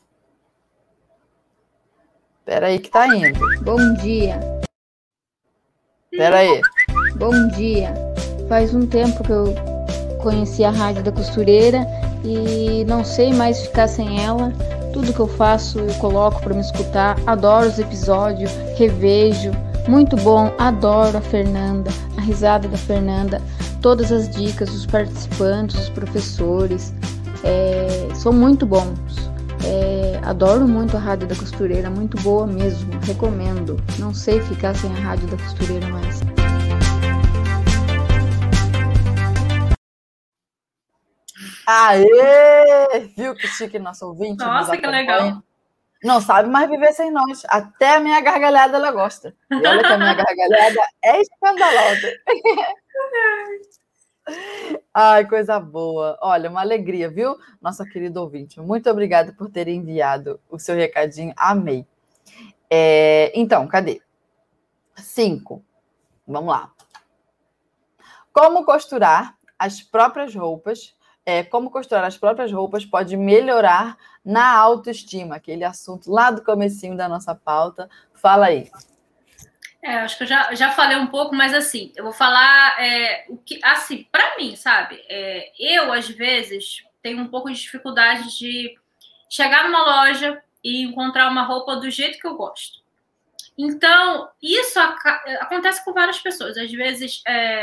Espera aí que tá indo. Bom dia. Espera aí. Bom dia. Faz um tempo que eu conheci a Rádio da Costureira e não sei mais ficar sem ela. Tudo que eu faço eu coloco para me escutar. Adoro os episódios, revejo. Muito bom, adoro a Fernanda, a risada da Fernanda, todas as dicas, os participantes, os professores. São muito bons. Adoro muito a Rádio da Costureira, muito boa mesmo, recomendo. Não sei ficar sem a Rádio da Costureira mais. Aê! Viu que chique nosso ouvinte? Nossa, que legal. Não sabe mais viver sem nós. Até a minha gargalhada ela gosta. E olha que a minha gargalhada é escandalosa. Ai, coisa boa. Olha, uma alegria, viu? Nossa querida ouvinte. Muito obrigada por ter enviado o seu recadinho. Amei. Então, cadê? 5. Vamos lá. Como costurar as próprias roupas? Como costurar as próprias roupas pode melhorar na autoestima, aquele assunto lá do comecinho da nossa pauta. Fala aí. Acho que eu já falei um pouco, mas assim, eu vou falar o que, assim, para mim, sabe? Eu, às vezes, tenho um pouco de dificuldade de chegar numa loja e encontrar uma roupa do jeito que eu gosto. Então, isso acontece com várias pessoas. Às vezes,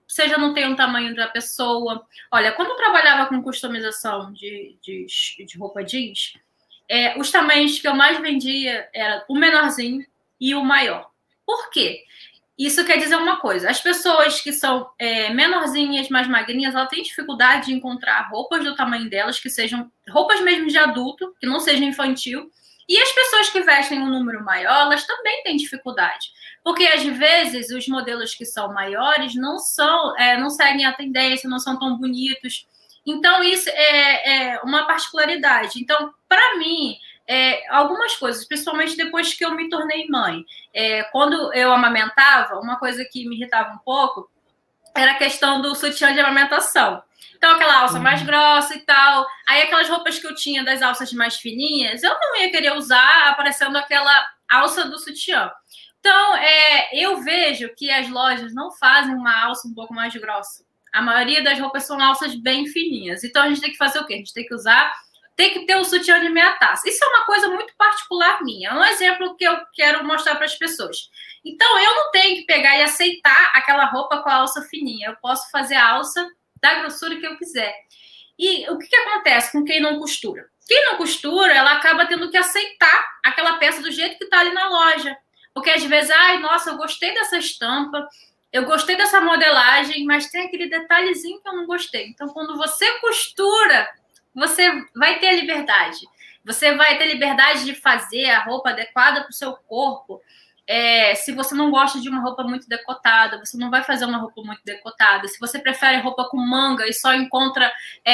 seja não tem o tamanho da pessoa. Olha, quando eu trabalhava com customização de roupa jeans, os tamanhos que eu mais vendia era o menorzinho e o maior. Por quê? Isso quer dizer uma coisa, as pessoas que são menorzinhas, mais magrinhas, elas têm dificuldade de encontrar roupas do tamanho delas, que sejam roupas mesmo de adulto, que não sejam infantil, e as pessoas que vestem um número maior, elas também têm dificuldade, porque às vezes os modelos que são maiores não seguem a tendência, não são tão bonitos, então isso é uma particularidade. Então, para mim, algumas coisas, principalmente depois que eu me tornei mãe. Quando eu amamentava, uma coisa que me irritava um pouco era a questão do sutiã de amamentação. Então, aquela alça mais grossa e tal. Aí, aquelas roupas que eu tinha das alças mais fininhas, eu não ia querer usar aparecendo aquela alça do sutiã. Então, eu vejo que as lojas não fazem uma alça um pouco mais grossa. A maioria das roupas são alças bem fininhas. Então, a gente tem que fazer o quê? A gente tem que ter o sutiã de meia taça. Isso é uma coisa muito particular minha. É um exemplo que eu quero mostrar para as pessoas. Então, eu não tenho que pegar e aceitar aquela roupa com a alça fininha. Eu posso fazer a alça da grossura que eu quiser. E o que acontece com quem não costura? Quem não costura, ela acaba tendo que aceitar aquela peça do jeito que está ali na loja. Porque, às vezes, nossa, eu gostei dessa estampa, eu gostei dessa modelagem, mas tem aquele detalhezinho que eu não gostei. Então, quando você costura, você vai ter liberdade. Você vai ter liberdade de fazer a roupa adequada para o seu corpo. Se você não gosta de uma roupa muito decotada, você não vai fazer uma roupa muito decotada. Se você prefere roupa com manga e só encontra,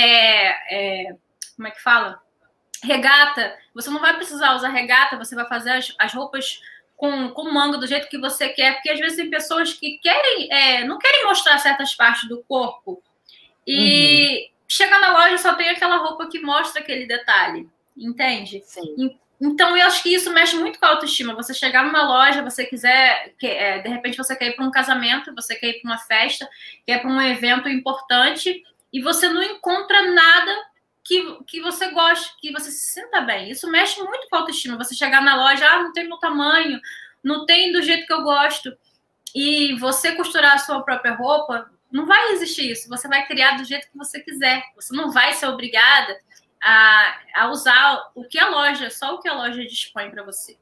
como é que fala? Regata, você não vai precisar usar regata, você vai fazer as roupas com manga do jeito que você quer, porque às vezes tem pessoas que não querem mostrar certas partes do corpo. E chega na loja só tem aquela roupa que mostra aquele detalhe, entende? Sim. Então, eu acho que isso mexe muito com a autoestima. Você chegar numa loja, você quiser, de repente você quer ir para um casamento, você quer ir para uma festa, quer ir para um evento importante, e você não encontra nada que você goste, que você se sinta bem. Isso mexe muito com a autoestima. Você chegar na loja, não tem meu tamanho, não tem do jeito que eu gosto, e você costurar a sua própria roupa, não vai existir isso. Você vai criar do jeito que você quiser. Você não vai ser obrigada a usar só o que a loja dispõe para você.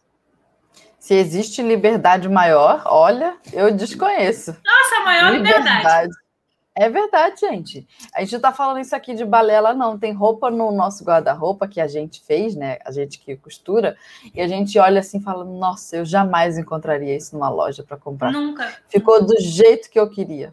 Se existe liberdade maior, olha, eu desconheço. Nossa, a maior liberdade. É verdade, gente. A gente não tá falando isso aqui de balela, não. Tem roupa no nosso guarda-roupa que a gente fez, né? A gente que costura, e a gente olha assim e fala, nossa, eu jamais encontraria isso numa loja para comprar. Nunca. Ficou do jeito que eu queria.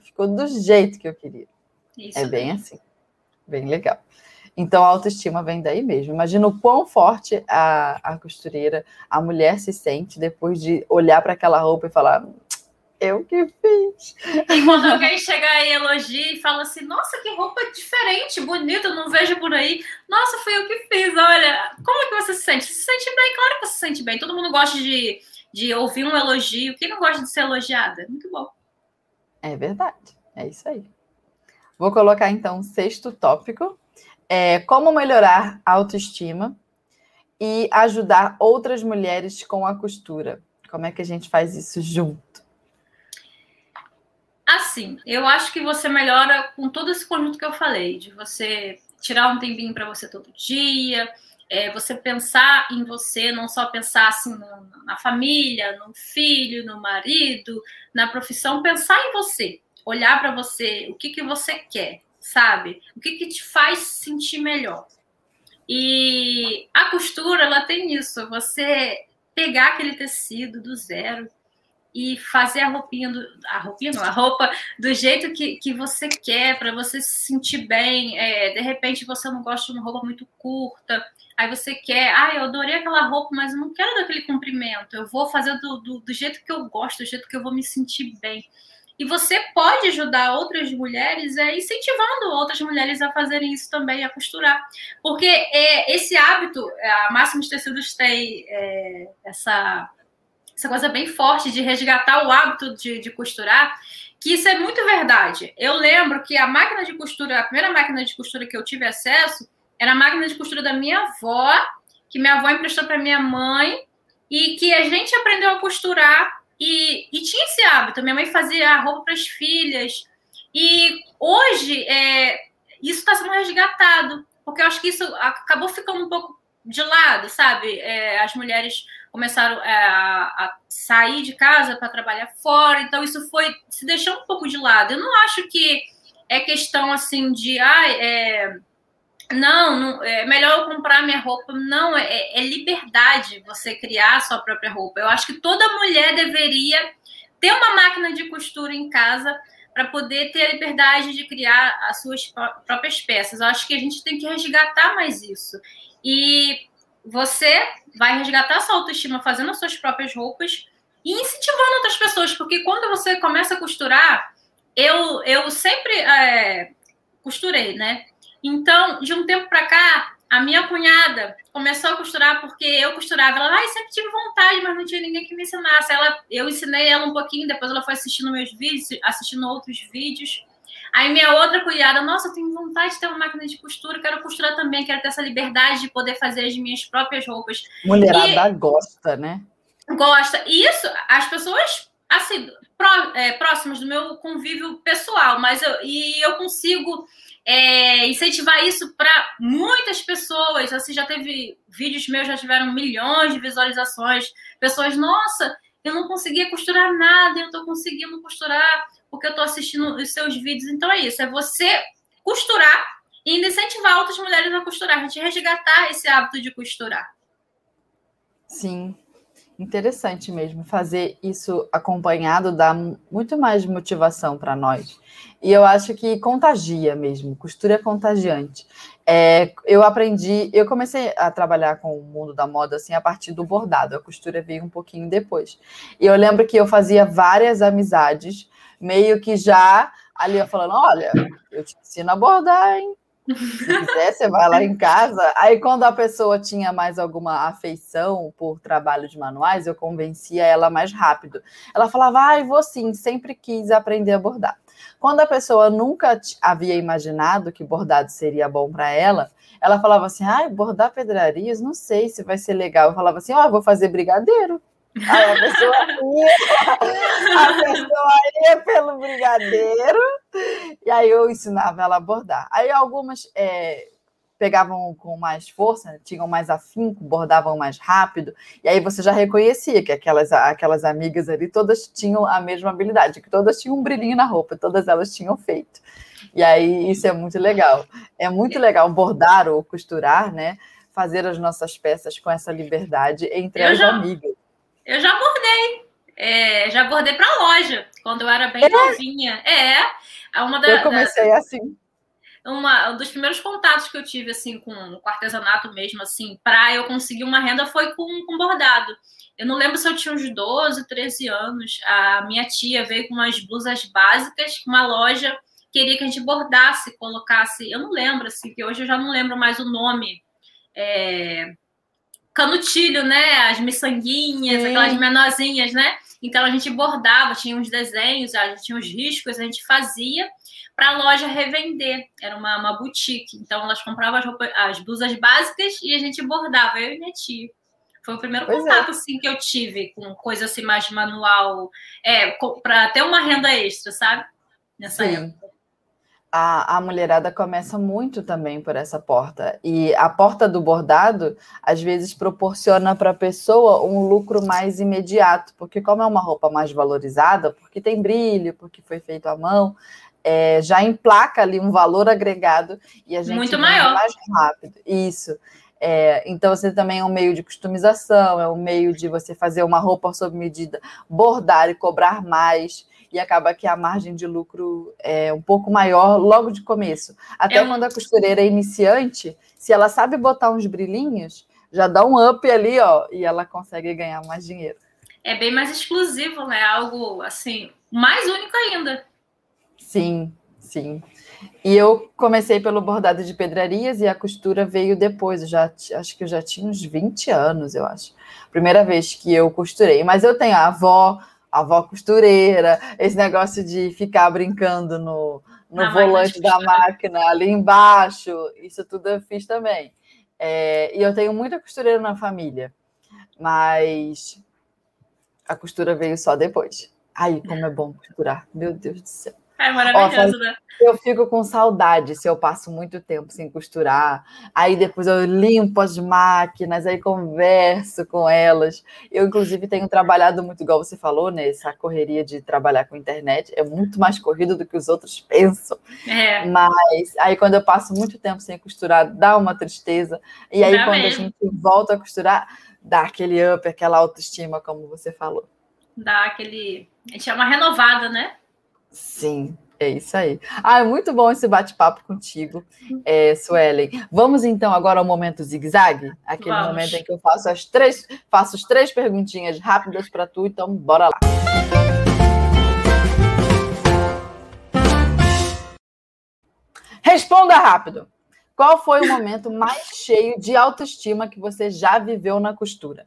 Isso é bem assim. Bem legal. Então, a autoestima vem daí mesmo. Imagina o quão forte a costureira, a mulher se sente depois de olhar para aquela roupa e falar, eu que fiz. E quando alguém chega e elogia e fala assim, nossa, que roupa diferente, bonita, eu não vejo por aí. Nossa, fui eu que fiz, olha. Como é que você se sente? Se sente bem? Claro que você se sente bem. Todo mundo gosta de ouvir um elogio. Quem não gosta de ser elogiada? Muito bom. É verdade. É isso aí. Vou colocar, então, o 6º tópico. Como melhorar a autoestima e ajudar outras mulheres com a costura. Como é que a gente faz isso junto? Assim, eu acho que você melhora com todo esse conjunto que eu falei, de você tirar um tempinho para você todo dia, você pensar em você, não só pensar assim na família, no filho, no marido, na profissão, pensar em você, olhar para você, o que você quer, sabe? O que te faz sentir melhor. E a costura, ela tem isso, você pegar aquele tecido do zero e fazer a roupa do jeito que você quer, para você se sentir bem. De repente você não gosta de uma roupa muito curta, aí você quer, eu adorei aquela roupa, mas eu não quero daquele comprimento, eu vou fazer do jeito que eu gosto, do jeito que eu vou me sentir bem. E você pode ajudar outras mulheres incentivando outras mulheres a fazerem isso também, a costurar. Porque esse hábito, a Máximos Tecidos tem essa coisa bem forte de resgatar o hábito de costurar, que isso é muito verdade. Eu lembro que a primeira máquina de costura que eu tive acesso era a máquina de costura da minha avó, que minha avó emprestou para minha mãe, e que a gente aprendeu a costurar, e tinha esse hábito. Minha mãe fazia roupa para as filhas, E hoje isso está sendo resgatado, porque eu acho que isso acabou ficando um pouco de lado, sabe? As mulheres começaram a sair de casa para trabalhar fora, então isso foi se deixando um pouco de lado. Eu não acho que é questão assim de não, é melhor eu comprar minha roupa. Não, é liberdade você criar a sua própria roupa. Eu acho que toda mulher deveria ter uma máquina de costura em casa para poder ter a liberdade de criar as suas próprias peças. Eu acho que a gente tem que resgatar mais isso. E você vai resgatar sua autoestima fazendo as suas próprias roupas e incentivando outras pessoas, porque quando você começa a costurar, eu sempre costurei, né? Então, de um tempo para cá, a minha cunhada começou a costurar porque eu costurava. Ela, sempre tive vontade, mas não tinha ninguém que me ensinasse. Eu ensinei ela um pouquinho, depois ela foi assistindo meus vídeos, assistindo outros vídeos. Aí minha outra cunhada, nossa, eu tenho vontade de ter uma máquina de costura, quero costurar também, quero ter essa liberdade de poder fazer as minhas próprias roupas. Mulherada gosta, né? Gosta. E isso, as pessoas, assim, próximas do meu convívio pessoal, mas eu consigo incentivar isso para muitas pessoas. Assim, já teve vídeos meus, já tiveram milhões de visualizações. Pessoas, nossa, eu não conseguia costurar nada, eu estou conseguindo costurar porque eu estou assistindo os seus vídeos. Então é isso, é você costurar e ainda incentivar outras mulheres a costurar, a gente resgatar esse hábito de costurar. Sim, interessante mesmo. Fazer isso acompanhado dá muito mais motivação para nós. E eu acho que contagia mesmo, costura é contagiante. Eu comecei a trabalhar com o mundo da moda assim, a partir do bordado, a costura veio um pouquinho depois. E eu lembro que eu fazia várias amizades, meio que já ali eu falando, olha, eu te ensino a bordar, hein? Se quiser, você vai lá em casa. Aí, quando a pessoa tinha mais alguma afeição por trabalho de manuais, eu convencia ela mais rápido. Ela falava, vou sim, sempre quis aprender a bordar. Quando a pessoa nunca havia imaginado que bordado seria bom para ela, ela falava assim, bordar pedrarias, não sei se vai ser legal. Eu falava assim, vou fazer brigadeiro. Aí a pessoa ia pelo brigadeiro e aí eu ensinava ela a bordar. Aí algumas pegavam com mais força, tinham mais afinco, bordavam mais rápido, e aí você já reconhecia que aquelas amigas ali todas tinham a mesma habilidade, que todas tinham um brilhinho na roupa, todas elas tinham feito. E aí isso é muito legal. É muito legal bordar ou costurar, né? Fazer as nossas peças com essa liberdade entre as amigas. Eu já bordei. Já bordei para loja, quando eu era bem novinha. Eu comecei assim. Um dos primeiros contatos que eu tive assim com artesanato mesmo, assim, para eu conseguir uma renda foi com bordado. Eu não lembro se eu tinha uns 12, 13 anos. A minha tia veio com umas blusas básicas, uma loja queria que a gente bordasse, colocasse... Eu não lembro, assim, que hoje eu já não lembro mais o nome. Canutilho, né? As miçanguinhas, aquelas menorzinhas, né? Então a gente bordava, tinha uns desenhos, a gente tinha uns riscos, a gente fazia para a loja revender. Era uma boutique. Então elas compravam as blusas básicas e a gente bordava, eu e minha tia. Foi o primeiro contato assim, que eu tive com coisa assim mais manual, para ter uma renda extra, sabe? Nessa época. A mulherada começa muito também por essa porta. E a porta do bordado, às vezes, proporciona para a pessoa um lucro mais imediato, porque como é uma roupa mais valorizada, porque tem brilho, porque foi feito à mão, já emplaca ali um valor agregado e a gente muito maior. Mais rápido. Isso. Então, você também é um meio de customização, é um meio de você fazer uma roupa sob medida, bordar e cobrar mais, e acaba que a margem de lucro é um pouco maior logo de começo. Até quando a costureira é iniciante, se ela sabe botar uns brilhinhos, já dá um up ali, e ela consegue ganhar mais dinheiro. É bem mais exclusivo, né? Algo, assim, mais único ainda. Sim, sim. E eu comecei pelo bordado de pedrarias e a costura veio depois. Acho que eu já tinha uns 20 anos, eu acho. Primeira vez que eu costurei. Mas eu tenho a avó costureira, esse negócio de ficar brincando no volante da máquina ali embaixo, isso tudo eu fiz também. E eu tenho muita costureira na família, mas a costura veio só depois. Ai, como é bom costurar, meu Deus do céu. É maravilhoso, né? Eu fico com saudade se eu passo muito tempo sem costurar. Aí depois eu limpo as máquinas, aí converso com elas. Eu, inclusive, tenho trabalhado muito, igual você falou, né? Essa correria de trabalhar com internet é muito mais corrido do que os outros pensam. É. Mas aí quando eu passo muito tempo sem costurar, dá uma tristeza. E aí Dá quando mesmo. a gente volta a costurar, dá aquele up, aquela autoestima, como você falou. Dá aquele... A gente é uma renovada, né? Sim, é isso aí. É muito bom esse bate-papo contigo, Suelen. Vamos então agora ao momento zigue-zague? Aquele Vamos. momento em que eu faço as 3 perguntinhas rápidas para tu, então bora lá. Responda rápido. Qual foi o momento mais cheio de autoestima que você já viveu na costura?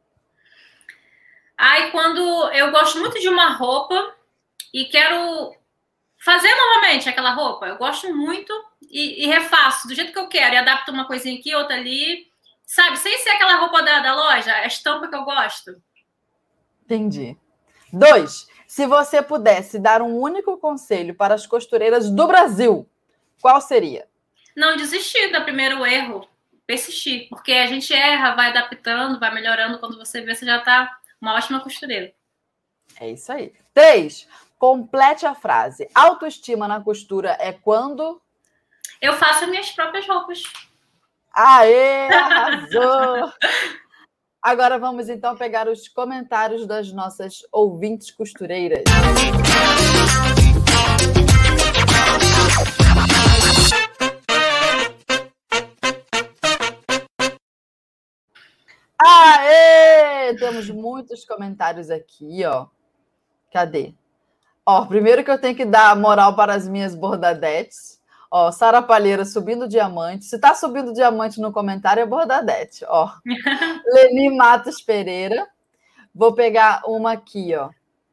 Quando eu gosto muito de uma roupa e quero fazer novamente aquela roupa, eu gosto muito e refaço do jeito que eu quero, e adapto uma coisinha aqui, outra ali, sabe? Sem ser aquela roupa da loja, a estampa que eu gosto. Entendi. 2. Se você pudesse dar um único conselho para as costureiras do Brasil, qual seria? Não desistir do primeiro erro, persistir, porque a gente erra, vai adaptando, vai melhorando, quando você vê, você já tá uma ótima costureira. É isso aí. 3. Complete a frase. Autoestima na costura é quando? Eu faço as minhas próprias roupas. Aê, arrasou! Agora vamos então pegar os comentários das nossas ouvintes costureiras. Aê! Temos muitos comentários aqui, ó. Cadê? Ó, primeiro que eu tenho que dar moral para as minhas bordadetes. Ó, Sara Palheira subindo diamante. Se tá subindo diamante no comentário, é bordadete. Ó, Leni Matos Pereira. Vou pegar uma aqui, ó.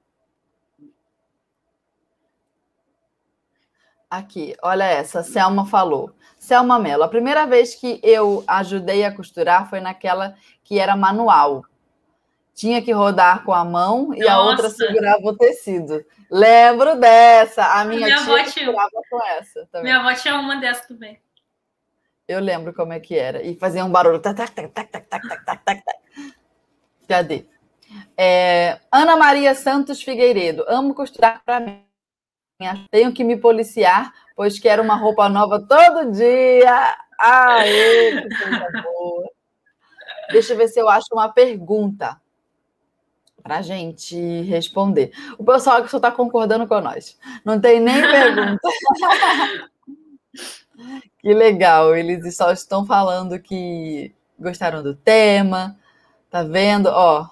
Aqui, olha essa. Selma falou. Selma Mello. A primeira vez que eu ajudei a costurar foi naquela que era manual. Tinha que rodar com a mão e a outra segurava o tecido. Lembro dessa. A minha tia costurava com essa também. Minha avó tinha uma dessa também. Eu lembro como é que era. E fazia um barulho. Tac, tac, tac, tac, tac, tac, tac, tac, tac. Cadê? Ana Maria Santos Figueiredo. Amo costurar para mim. Tenho que me policiar, pois quero uma roupa nova todo dia. Aê, que coisa boa. Deixa eu ver se eu acho uma pergunta para a gente responder. O pessoal que só está concordando com nós. Não tem nem pergunta. Que legal. Eles só estão falando que gostaram do tema. Tá vendo? Ó.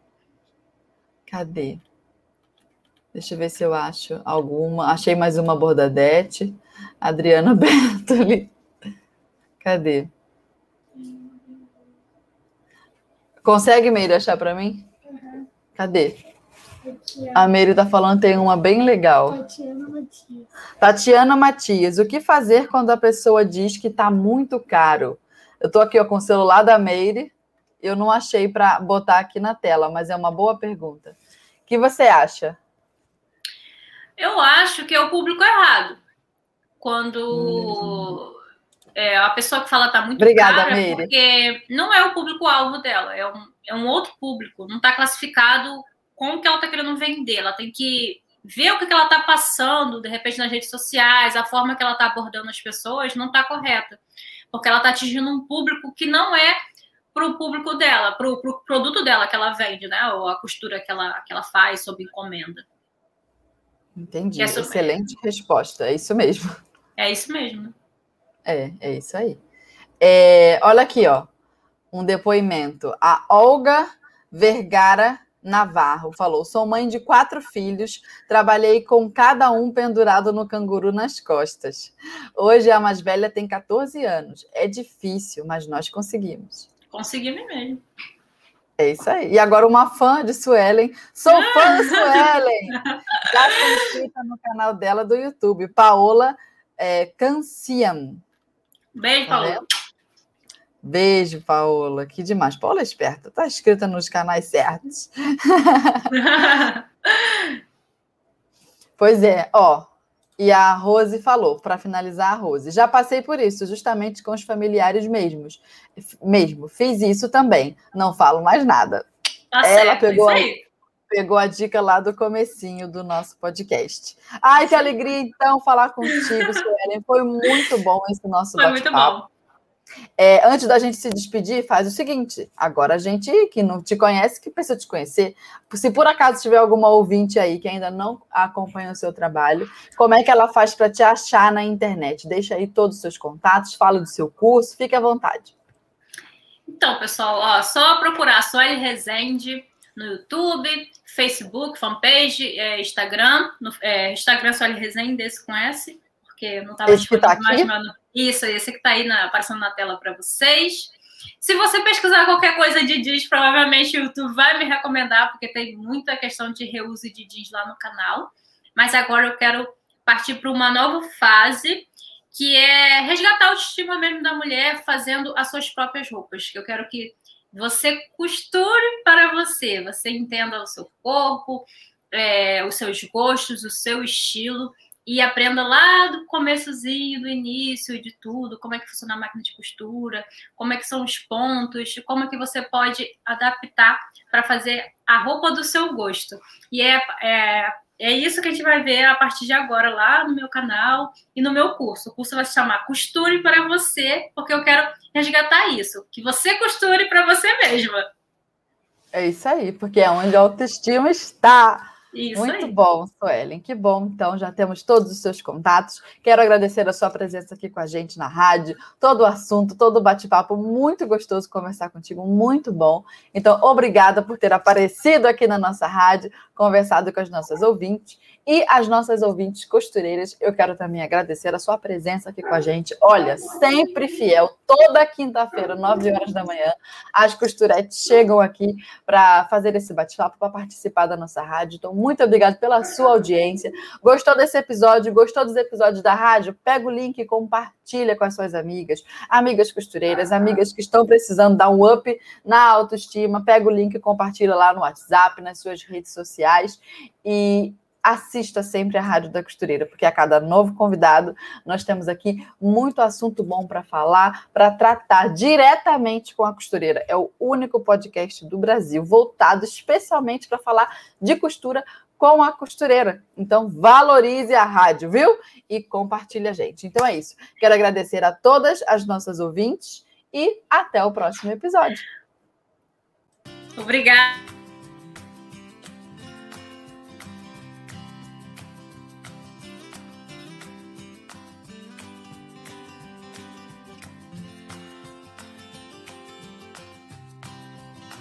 Cadê? Deixa eu ver se eu acho alguma. Achei mais uma bordadete. Adriana Bertoli. Cadê? Consegue, Meire, achar para mim? Uhum. Cadê? A Meire tá falando, tem uma bem legal. Tatiana Matias. Tatiana Matias. O que fazer quando a pessoa diz que tá muito caro? Eu tô aqui ó, com o celular da Meire. Eu não achei para botar aqui na tela, mas é uma boa pergunta. O que você acha? Eu acho que é o público errado. Quando a pessoa que fala tá muito Obrigada, cara, Meire. porque não é o público-alvo dela, é um outro público, não está classificado com o que ela está querendo vender. Ela tem que ver o que ela está passando, de repente, nas redes sociais, a forma que ela está abordando as pessoas não está correta, porque ela está atingindo um público que não é para o público dela, para o produto dela que ela vende, né? Ou a costura que ela faz sob encomenda. Entendi. Excelente resposta. É isso mesmo. É isso mesmo. Né? É isso aí. Olha aqui, ó. Um depoimento. A Olga Vergara Navarro falou: sou mãe de 4 filhos, trabalhei com cada um pendurado no canguru nas costas. Hoje a mais velha tem 14 anos. É difícil, mas nós conseguimos. Conseguimos mesmo. É isso aí. E agora uma fã de Suelen. Sou fã de Suelen. Já estou inscrita no canal dela do YouTube. Paola Cancian. Beijo, Paola. Beijo, Paola. Que demais. Paola é esperta. Está inscrita nos canais certos. Pois é. Ó, E a Rose falou, para finalizar a Rose, já passei por isso, justamente com os familiares mesmo. Fiz isso também, não falo mais nada. Tá Ela certo, pegou a dica lá do comecinho do nosso podcast. Ai, que alegria, então, falar contigo, Suelen. Foi muito bom esse nosso bate-papo. Foi muito bom. Antes da gente se despedir, faz o seguinte. Agora a gente que não te conhece, que precisa te conhecer. Se por acaso tiver alguma ouvinte aí que ainda não acompanha o seu trabalho, como é que ela faz para te achar na internet? Deixa aí todos os seus contatos, fala do seu curso, fique à vontade. Então, pessoal, só procurar Sueli Rezende no YouTube, Facebook, fanpage, Instagram. Instagram Sueli Rezende, esse com S, porque não estava disponível mais. Isso, esse que está aí aparecendo na tela para vocês. Se você pesquisar qualquer coisa de jeans, provavelmente o YouTube vai me recomendar, porque tem muita questão de reuso de jeans lá no canal. Mas agora eu quero partir para uma nova fase, que é resgatar a autoestima mesmo da mulher fazendo as suas próprias roupas. Eu quero que você costure para você entenda o seu corpo, os seus gostos, o seu estilo, e aprenda lá do começozinho, do início de tudo, como é que funciona a máquina de costura, como é que são os pontos, como é que você pode adaptar para fazer a roupa do seu gosto. E é isso que a gente vai ver a partir de agora lá no meu canal e no meu curso. O curso vai se chamar Costure para Você, porque eu quero resgatar isso, que você costure para você mesma. É isso aí, porque é onde a autoestima está. Isso muito aí. Bom, Suelen, que bom. Então, já temos todos os seus contatos. Quero agradecer a sua presença aqui com a gente na rádio, todo o assunto, todo o bate-papo, muito gostoso conversar contigo, muito bom. Então, obrigada por ter aparecido aqui na nossa rádio, conversado com as nossas ouvintes. E as nossas ouvintes costureiras, eu quero também agradecer a sua presença aqui com a gente. Olha, sempre fiel, toda quinta-feira, 9 horas da manhã, as costuretes chegam aqui para fazer esse bate-papo, para participar da nossa rádio. Então, muito obrigada pela sua audiência. Gostou desse episódio? Gostou dos episódios da rádio? Pega o link e compartilha com as suas amigas costureiras, amigas que estão precisando dar um up na autoestima. Pega o link e compartilha lá no WhatsApp, nas suas redes sociais e assista sempre a Rádio da Costureira, porque a cada novo convidado nós temos aqui muito assunto bom para falar, para tratar diretamente com a costureira. É o único podcast do Brasil voltado especialmente para falar de costura com a costureira. Então, valorize a rádio, viu? E compartilhe a gente. Então é isso. Quero agradecer a todas as nossas ouvintes e até o próximo episódio. Obrigada.